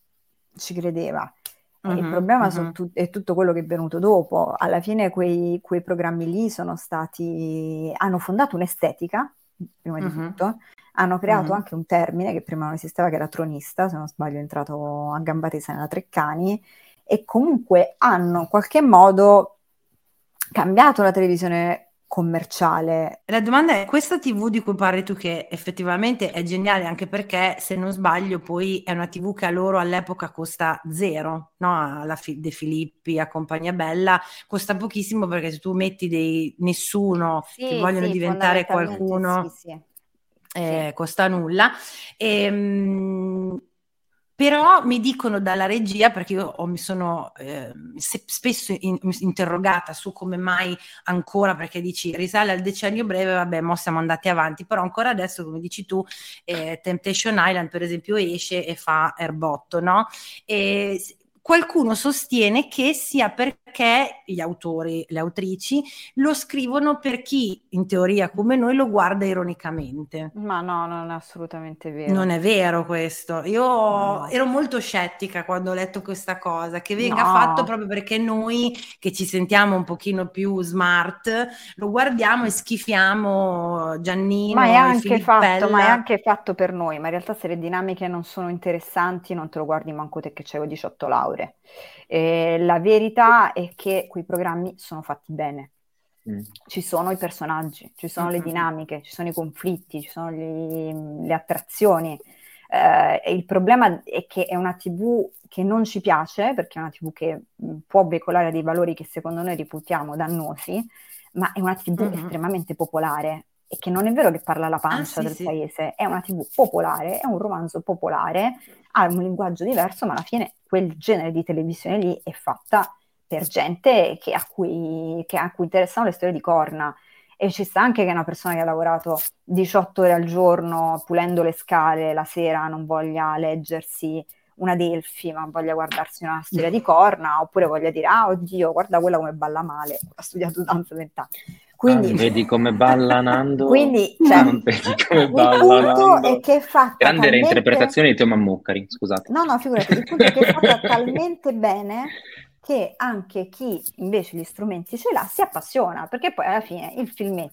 Il problema è tutto quello che è venuto dopo. Alla fine quei programmi lì hanno fondato un'estetica, prima di tutto, hanno creato anche un termine che prima non esisteva, che era tronista, se non sbaglio è entrato a gamba tesa nella Treccani, e comunque hanno in qualche modo cambiato la televisione commerciale. La domanda è, questa TV di cui parli tu, che effettivamente è geniale, anche perché se non sbaglio poi è una TV che a loro all'epoca costa zero, no? De Filippi, a Compagnia Bella, costa pochissimo, perché se tu metti nessuno che vogliono diventare qualcuno, sì. costa nulla. Però mi dicono dalla regia, perché io mi sono spesso interrogata su come mai ancora, perché dici risale al decennio breve, vabbè, mo siamo andati avanti, però ancora adesso, come dici tu, Temptation Island per esempio esce e fa erbotto, no? E qualcuno sostiene che sia perché gli autori, le autrici lo scrivono per chi in teoria come noi lo guarda ironicamente. Ma no, non è assolutamente vero. Non è vero questo. Io ero molto scettica quando ho letto questa cosa, che venga fatto proprio perché noi che ci sentiamo un pochino più smart lo guardiamo e schifiamo Giannino ma è e anche Filippella. fatto per noi, ma in realtà se le dinamiche non sono interessanti non te lo guardi manco te che c'hai 18 lauree. La verità è che quei programmi sono fatti bene. Ci sono i personaggi, ci sono le dinamiche, ci sono i conflitti, ci sono le attrazioni. Il problema è che è una TV che non ci piace, perché è una TV che può veicolare dei valori che secondo noi reputiamo dannosi, ma è una TV estremamente popolare, e che non è vero che parla alla pancia del paese, è una TV popolare, è un romanzo popolare, ha un linguaggio diverso, ma alla fine quel genere di televisione lì è fatta per gente a cui interessano le storie di corna, e ci sta anche che una persona che ha lavorato 18 ore al giorno pulendo le scale la sera non voglia leggersi una Delphi, ma voglia guardarsi una storia di corna, oppure voglia dire oddio, guarda quella come balla male, ha studiato danza 20 anni. Quindi, vedi come balla Nando? Quindi, non vedi come balla il punto Nando? è che è fatta grande reinterpretazione di Teo Mammucari, scusate. No, figurati, il punto è che è fatta talmente bene che anche chi invece gli strumenti ce l'ha si appassiona, perché poi alla fine il film,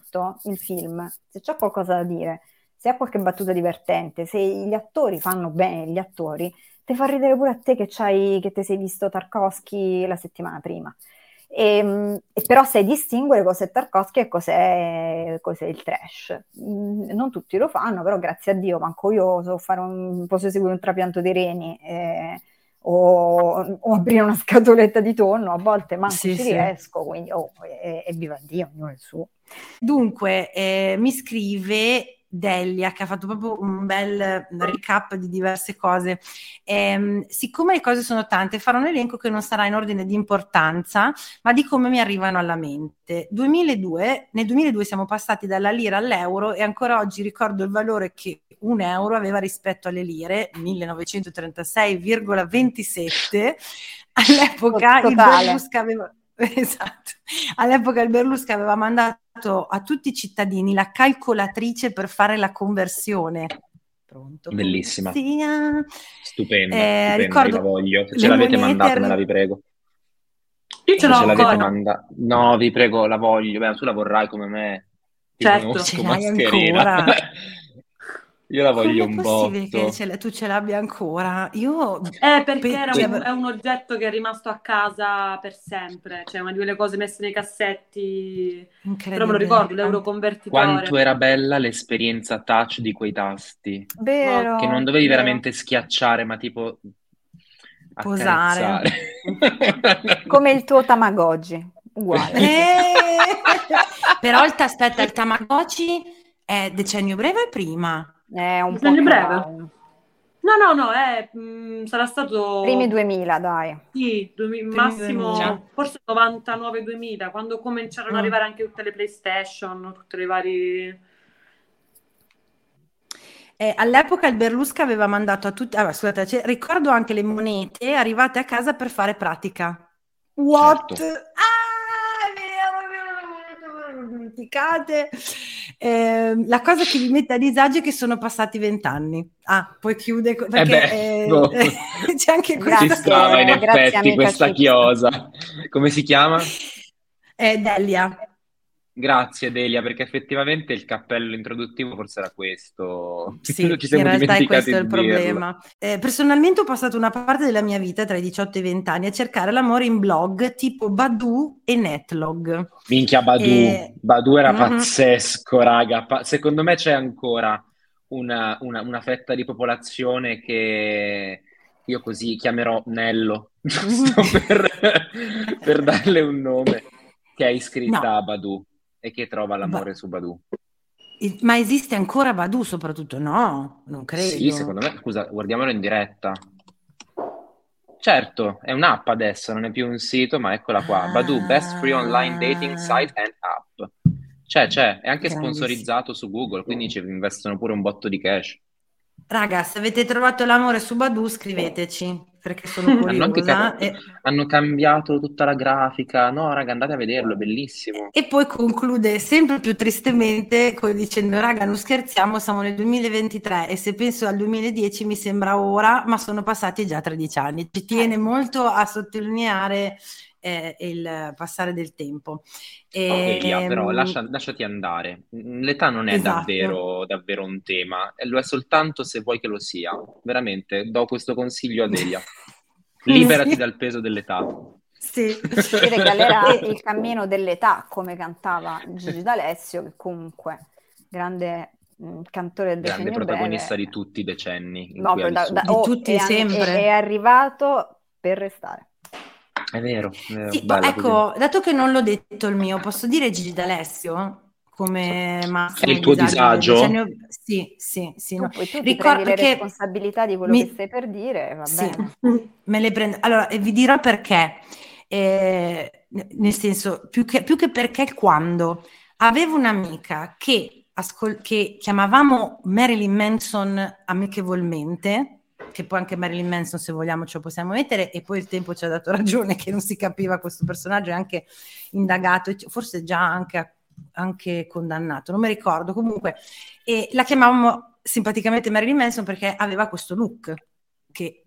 se c'è qualcosa da dire, se ha qualche battuta divertente, se gli attori fanno bene gli attori, ti fa ridere pure a te che ti sei visto Tarkovsky la settimana prima. E però sai distinguere cos'è Tarkovsky e cos'è il trash. Non tutti lo fanno, però grazie a Dio manco io posso eseguire un trapianto dei reni o aprire una scatoletta di tonno, a volte manco ci riesco, quindi e viva Dio, ognuno il suo. Dunque mi scrive Delia, che ha fatto proprio un bel recap di diverse cose. Siccome le cose sono tante, farò un elenco che non sarà in ordine di importanza, ma di come mi arrivano alla mente. Nel 2002 siamo passati dalla lira all'euro, e ancora oggi ricordo il valore che un euro aveva rispetto alle lire, 1936,27. All'epoca il Berlusconi aveva... Esatto. All'epoca il Berlusconi aveva mandato a tutti i cittadini la calcolatrice per fare la conversione. Pronto? Bellissima. Stupenda. Ricordo, la voglio. Se ce l'avete mandatemela, vi prego. Io ce l'ho ancora. No, vi prego, la voglio. Beh, tu la vorrai come me. Certo, ce l'hai ancora. Io la voglio un botto. Come è possibile che tu ce l'abbia ancora? Io perché è un oggetto che è rimasto a casa per sempre, cioè una di quelle cose messe nei cassetti. Però me lo ricordo, l'euroconvertitore. Quanto era bella l'esperienza touch di quei tasti. Vero. Che non dovevi veramente schiacciare, ma tipo posare. Come il tuo Tamagotchi, uguale. Però aspetta, il Tamagotchi è decennio breve o prima? È un decennio po' breve. No, sarà stato... Primi 2000, dai. Sì, massimo 2000. Forse 99-2000, quando cominciarono ad arrivare anche tutte le PlayStation, tutte le varie... All'epoca il Berlusconi aveva mandato a tutti... scusate, ricordo anche le monete arrivate a casa per fare pratica. What? Certo. Dimenticate. La cosa che mi mette a disagio è che sono passati 20 anni. Poi chiude perché c'è anche questa. Ci stava in effetti questa chiosa. Come si chiama? Delia. Grazie Delia, perché effettivamente il cappello introduttivo forse era questo. Sì, Ci in siamo realtà è dimenticati questo il di dirlo. problema. Personalmente ho passato una parte della mia vita, tra i 18 e i 20 anni, a cercare l'amore in blog tipo Badoo e Netlog. Minchia, Badoo. Badoo era Mhm. pazzesco, raga. Secondo me c'è ancora una fetta di popolazione che io così chiamerò Nello, giusto per darle un nome, che è iscritta No. a Badoo e che trova l'amore su Badoo. Ma esiste ancora Badoo soprattutto? No, non credo. Sì, secondo me, scusa, guardiamolo in diretta. Certo, è un'app adesso, non è più un sito, ma eccola qua. Badoo, best free online dating site and app. C'è, è anche Grandissimo. sponsorizzato su Google, quindi ci investono pure un botto di cash. Raga, se avete trovato l'amore su Badoo, scriveteci, perché sono curiosa. Hanno cambiato tutta la grafica. No, raga, andate a vederlo, è bellissimo. E poi conclude sempre più tristemente dicendo: raga, non scherziamo, siamo nel 2023 e se penso al 2010 mi sembra ora, ma sono passati già 13 anni. Ci tiene molto a sottolineare il passare del tempo. Elia, però lasciati andare. L'età non è Esatto. davvero un tema, lo è soltanto se vuoi che lo sia. Veramente, do questo consiglio a Delia. Liberati dal peso dell'età. Sì. Si regalerà il cammino dell'età, come cantava Gigi D'Alessio, che comunque grande cantore del grande decennio protagonista breve. di tutti i decenni in No, cui ha da- vissuto. da- oh, Di tutti è, sempre. è arrivato per restare. È vero, Sì, bella ecco, dato che non l'ho detto il mio, posso dire Gigi D'Alessio come È massimo il tuo disagio del disagio? decennio? Sì, no. Tu ti prendi le Perché responsabilità di quello che stai per dire, va sì, bene. me le prendo. Allora, vi dirò perché. Nel senso, più che perché quando avevo un'amica che chiamavamo Marilyn Manson amichevolmente, che poi anche Marilyn Manson, se vogliamo, ce lo possiamo mettere, e poi il tempo ci ha dato ragione che non si capiva questo personaggio, è anche indagato, forse già anche condannato, non mi ricordo, comunque, e la chiamavamo simpaticamente Marilyn Manson perché aveva questo look, che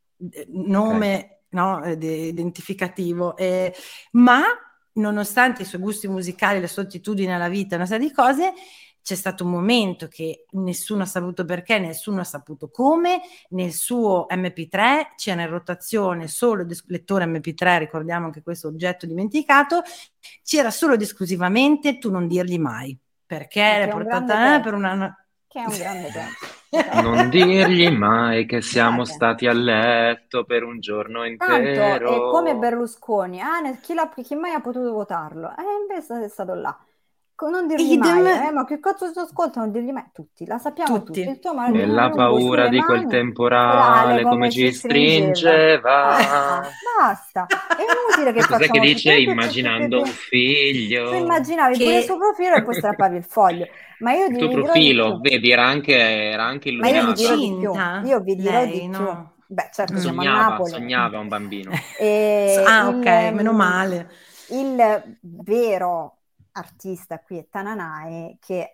nome identificativo, ma nonostante i suoi gusti musicali, le sue attitudini alla vita, una serie di cose, c'è stato un momento che nessuno ha saputo perché, nessuno ha saputo come, nel suo MP3 c'era in rotazione solo il lettore MP3, ricordiamo anche questo oggetto dimenticato, c'era solo ed esclusivamente Tu non dirgli mai, perché l'hai portata per una... Che è un grande pezzo. Non dirgli mai che siamo stati a letto per un giorno intero. Tanto è come Berlusconi, chi mai ha potuto votarlo? Invece è stato là. Non dirgli mai, ma che cazzo si ascolta? Non dirgli mai, tutti, la sappiamo tutti. E la paura di quel temporale come ci stringeva. Basta, è inutile che Cos'è che facciamo dice immaginando un figlio? Tu immaginavi pure il suo profilo e poi strappavi il foglio. Ma io il tuo profilo, vedi, era anche illuminato. Ma io vi dirò di più. Io vi dirò di più. Beh, certo, siamo a Napoli. Sognava un bambino. Ok, meno male. Il vero artista qui è Tananai, che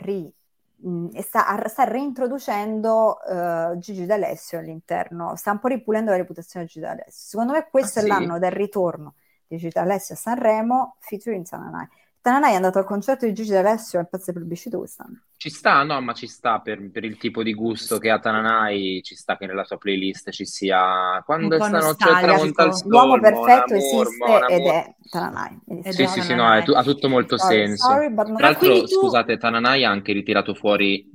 sta reintroducendo Gigi D'Alessio all'interno, sta un po' ripulendo la reputazione di Gigi D'Alessio. Secondo me questo è l'anno del ritorno di Gigi D'Alessio a Sanremo featuring Tananai. Tananai è andato al concerto di Gigi D'Alessio, è un pezzo plebiscito quest'anno. Ci sta, no, ma ci sta per il tipo di gusto che ha Tananai, ci sta che nella sua playlist ci sia quando è stanotte tramonta il sole, l'uomo perfetto esiste ed è Tananai. Sì, no, ha tutto molto senso. Tra l'altro, scusate, Tananai ha anche ritirato fuori,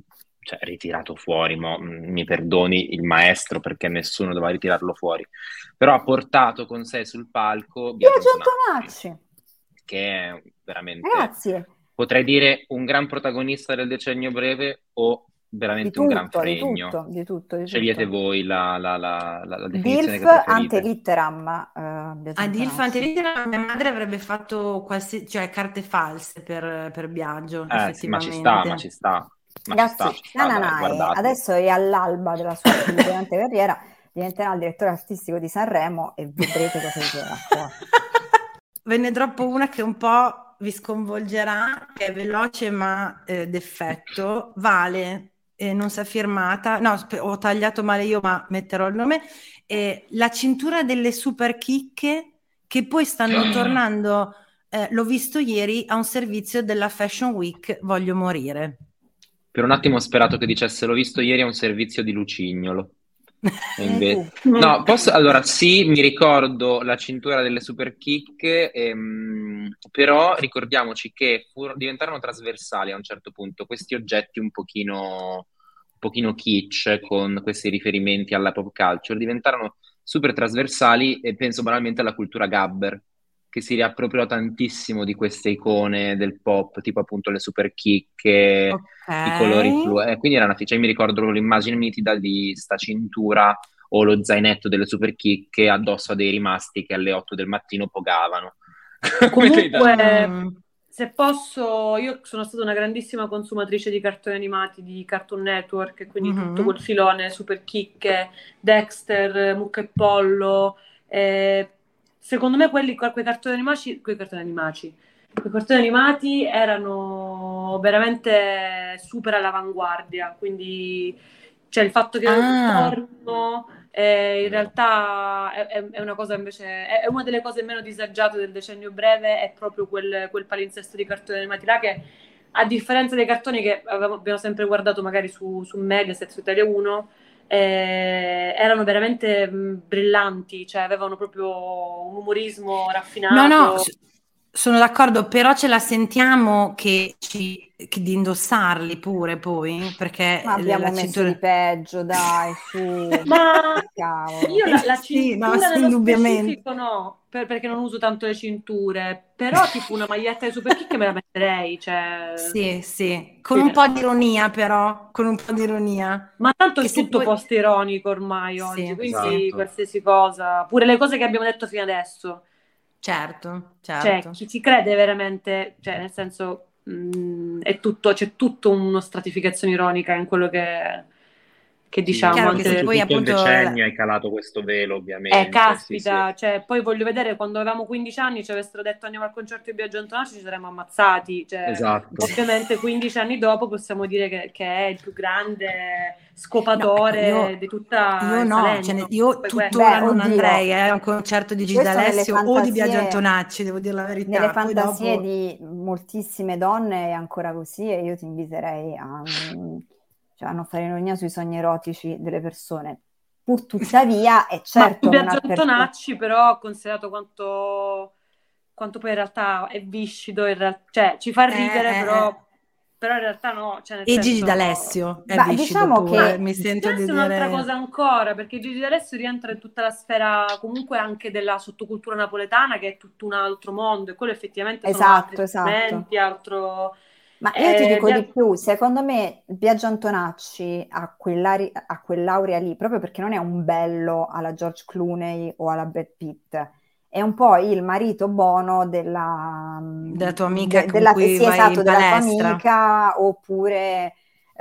mi perdoni il maestro perché nessuno doveva ritirarlo fuori, però ha portato con sé sul palco Biagio Antonacci, che è veramente... Grazie. Potrei dire un gran protagonista del decennio breve o veramente un gran fregno. Di tutto. Scegliete voi la definizione Dilf che preferite. Antelitteram. Dilf Antelitteram, mia madre avrebbe fatto carte false per Biagio, effettivamente. Ma ci sta. Ragazzi, Tananai adesso è all'alba della sua brillante carriera, diventerà il direttore artistico di Sanremo e vedrete cosa dirà. Ve ne droppo una che un po' vi sconvolgerà, che è veloce ma d'effetto. Vale, non si è firmata, no, ho tagliato male io, ma metterò il nome. La cintura delle super chicche che poi stanno tornando l'ho visto ieri a un servizio della Fashion Week, voglio morire. Per un attimo ho sperato che dicesse l'ho visto ieri a un servizio di Lucignolo. E invece... tu. No, allora sì, mi ricordo la cintura delle super kick, però ricordiamoci che diventarono trasversali a un certo punto questi oggetti un pochino kitsch con questi riferimenti alla pop culture, diventarono super trasversali e penso banalmente alla cultura gabber, che si riappropriò tantissimo di queste icone del pop, tipo appunto le super kick, i colori quindi era cioè, mi ricordo l'immagine nitida di sta cintura o lo zainetto delle super kick addosso a dei rimasti che alle 8 del mattino pogavano. Comunque, se posso, io sono stata una grandissima consumatrice di cartoni animati di Cartoon Network, quindi tutto quel filone, Super Kick, Dexter, Mucca e Pollo. Secondo me quei cartoni animati erano veramente super all'avanguardia, quindi il fatto che tornino in realtà è una cosa invece, è una delle cose meno disagiate del decennio breve, è proprio quel palinsesto di cartoni animati là che, a differenza dei cartoni che abbiamo sempre guardato magari su Mediaset, su Italia 1, erano veramente brillanti, cioè avevano proprio un umorismo raffinato. No, sono d'accordo, però ce la sentiamo che di indossarli pure poi, perché Ma abbiamo messo di peggio, dai, su. Ma cavolo. io la cintura nello indubbiamente. specifico no, perché non uso tanto le cinture, però tipo una maglietta di Super Kick me la metterei, cioè... Sì, con un po' di ironia però, Ma tanto è Che se tutto poi- post-ironico ormai oggi, Sì, quindi esatto. qualsiasi cosa, pure le cose che abbiamo detto fino adesso. certo. Cioè, chi ci crede veramente, cioè, nel senso, c'è tutto una stratificazione ironica in quello che diciamo. Chiaro Anche che se su poi tutto il appunto decennio hai calato questo velo, ovviamente. caspita, Sì. cioè, poi voglio vedere quando avevamo 15 anni ci avessero detto andiamo al concerto di Biagio Antonacci, ci saremmo ammazzati, cioè, Esatto. ovviamente 15 anni dopo possiamo dire che è il più grande scopatore No, di tutta io il no, Salento. io Poi tuttora non oddio. andrei a un concerto di Gigi Questo nelle D'Alessio o di Biagio fantasie- Antonacci, devo dire la verità. Nelle Poi fantasie dopo... di moltissime donne è ancora così e io ti inviterei a non fare ironia sui sogni erotici delle persone. Pur tuttavia, è certo che Biagio Antonacci però, considerato quanto poi in realtà è viscido, cioè ci fa ridere, però in realtà no. Cioè, nel E senso, Gigi D'Alessio è Ma viscido diciamo pure, che- mi sento di Questa è un'altra dire... cosa ancora, perché Gigi D'Alessio rientra in tutta la sfera comunque anche della sottocultura napoletana, che è tutto un altro mondo, e quello effettivamente sono altri Esatto. strumenti, altro... Ma io ti dico di più, secondo me Biagio Antonacci ha quell'aurea lì, proprio perché non è un bello alla George Clooney o alla Brad Pitt, è un po' il marito buono della tua amica con cui sì, vai esatto, in della tua palestra. amica, oppure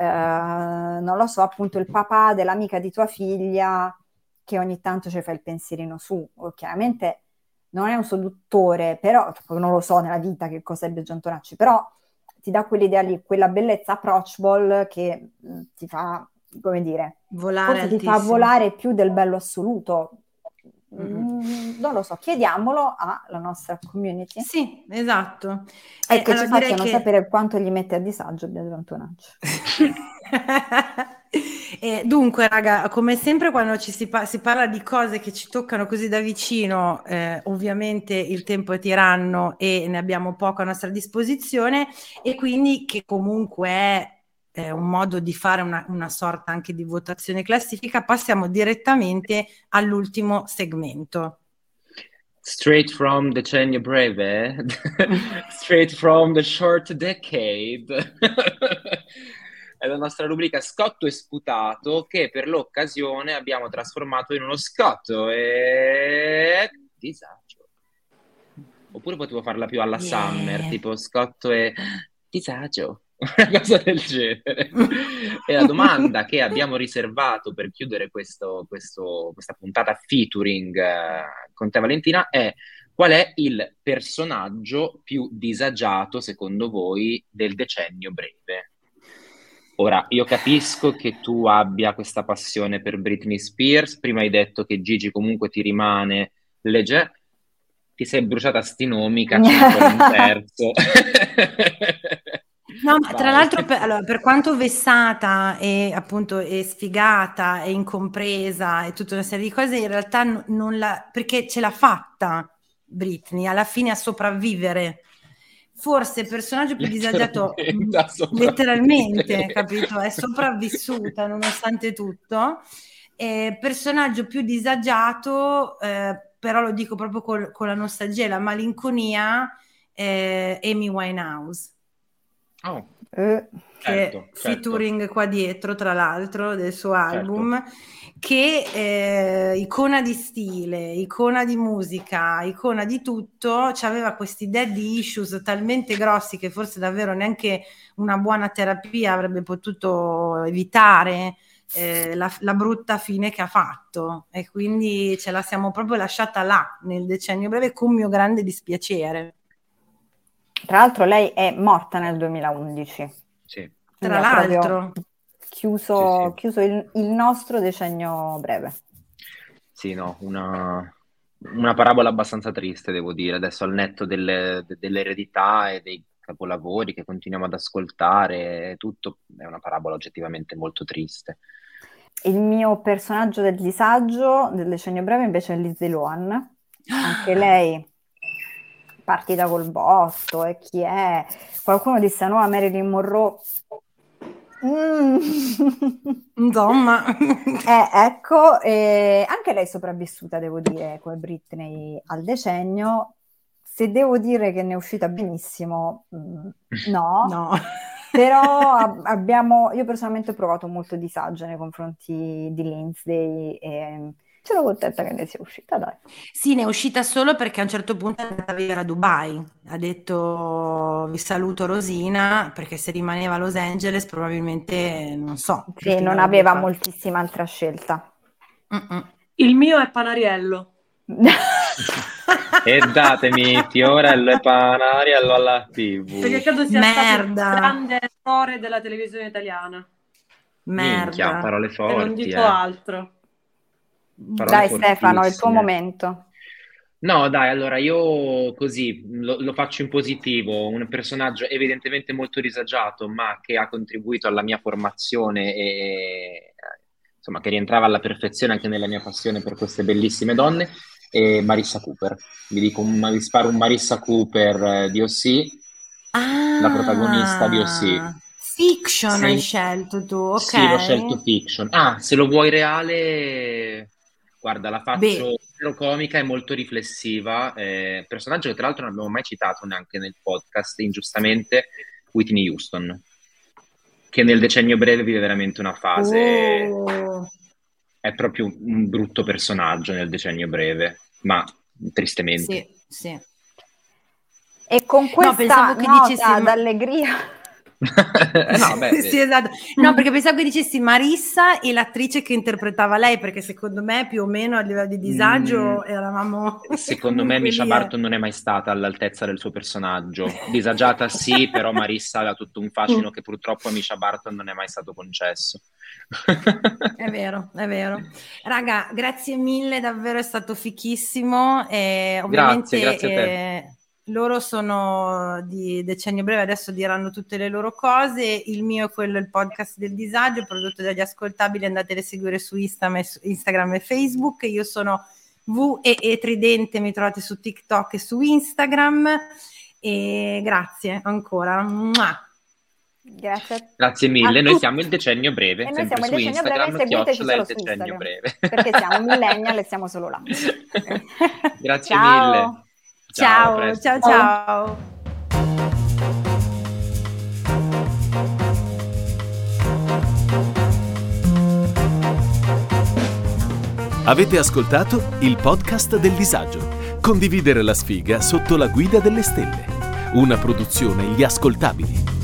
non lo so, appunto il papà dell'amica di tua figlia che ogni tanto ci fa il pensierino su. Chiaramente non è un seduttore, però non lo so nella vita che cos'è Biagio Antonacci, però ti dà quell'idea lì, quella bellezza approachable che ti fa, come dire, Volare forse ti fa altissimo. volare più del bello assoluto. Non lo so, chiediamolo alla nostra community. Sì, esatto. E che allora ci direi facciano sapere quanto gli mette a disagio Biagio Antonacci. Dunque, raga, come sempre quando si parla di cose che ci toccano così da vicino, ovviamente il tempo è tiranno e ne abbiamo poco a nostra disposizione, e quindi che comunque è un modo di fare una sorta anche di votazione classifica, passiamo direttamente all'ultimo segmento. Straight from Decennio Breve, straight from the short decade. È la nostra rubrica Scotto e Sputato, che per l'occasione abbiamo trasformato in uno scotto e disagio. Oppure potevo farla più alla Summer, tipo Scotto e disagio, una cosa del genere. E la domanda che abbiamo riservato per chiudere questa puntata featuring con te, Valentina, è: qual è il personaggio più disagiato secondo voi del decennio breve? Ora, io capisco che tu abbia questa passione per Britney Spears, prima hai detto che Gigi comunque ti rimane leggero. ti sei bruciata sti nomi, cacci ancora un terzo. No, ma tra Vai. l'altro per quanto vessata e appunto e sfigata e incompresa e tutta una serie di cose, in realtà non la, perché ce l'ha fatta Britney alla fine a sopravvivere. Forse il personaggio più disagiato, letteralmente, capito? È sopravvissuta nonostante tutto. Personaggio più disagiato, però lo dico proprio con la nostalgia e la malinconia, Amy Winehouse. Oh, che certo. featuring qua dietro, tra l'altro, del suo album, che icona di stile, icona di musica, icona di tutto, aveva questi daddy issues talmente grossi che forse davvero neanche una buona terapia avrebbe potuto evitare la brutta fine che ha fatto, e quindi ce la siamo proprio lasciata là nel decennio breve, con mio grande dispiacere. Tra l'altro lei è morta nel 2011. Sì. Tra l'altro chiuso il nostro decennio breve. Sì, no, una parabola abbastanza triste, devo dire, adesso al netto dell'eredità e dei capolavori che continuiamo ad ascoltare, tutto è una parabola oggettivamente molto triste. Il mio personaggio del disagio del decennio breve invece è Lindsay Lohan, anche lei partita col botto, e chi è? Qualcuno disse no a Marilyn Monroe. Insomma, ecco, anche lei sopravvissuta, devo dire, come Britney al decennio. Se devo dire che ne è uscita benissimo, no. Però io personalmente ho provato molto disagio nei confronti di Lindsay e sono contenta che ne sia uscita, dai. Sì, ne è uscita solo perché a un certo punto è andata a vivere a Dubai. Ha detto vi saluto Rosina, perché se rimaneva a Los Angeles probabilmente, non so. Sì, non aveva moltissima altra scelta. Il mio è Panariello. E datemi Fiorello e Panariello alla TV. Perché credo sia stato il grande errore della televisione italiana. Minchia, parole forti. E non dico altro. Dai Stefano, è il tuo momento. No, dai, allora io così lo faccio in positivo, un personaggio evidentemente molto disagiato, ma che ha contribuito alla mia formazione e insomma che rientrava alla perfezione anche nella mia passione per queste bellissime donne, e Marissa Cooper. Vi sparo un Marissa Cooper di O.C., la protagonista di O.C. Fiction hai scelto tu, ok? Sì, l'ho scelto fiction. Se lo vuoi reale, guarda, la faccio comica e molto riflessiva. Personaggio che tra l'altro non abbiamo mai citato neanche nel podcast, ingiustamente, Whitney Houston, che nel decennio breve vive veramente una fase... È proprio un brutto personaggio nel decennio breve, ma tristemente. Sì. E con questa nota d'allegria... Sì, esatto. No, perché pensavo che dicessi Marissa e l'attrice che interpretava lei, perché secondo me più o meno a livello di disagio eravamo... Secondo me Misha Barton non è mai stata all'altezza del suo personaggio. Disagiata sì, però Marissa aveva tutto un fascino che purtroppo a Misha Barton non è mai stato concesso. È vero. Raga, grazie mille, davvero è stato fichissimo. Ovviamente, grazie a te. Loro sono di decennio breve, adesso diranno tutte le loro cose. Il mio è quello, il podcast del disagio, prodotto dagli ascoltabili. Andatele a seguire su Instagram e Facebook. Io sono V Tridente, mi trovate su TikTok e su Instagram. E grazie ancora. Grazie mille. Noi siamo il decennio breve, e sempre su Instagram, seguiteci solo su decennio Instagram, breve. perché siamo millennial e siamo solo là. Grazie mille. Ciao. Avete ascoltato il podcast del disagio. Condividere la sfiga sotto la guida delle stelle. Una produzione Gli Ascoltabili.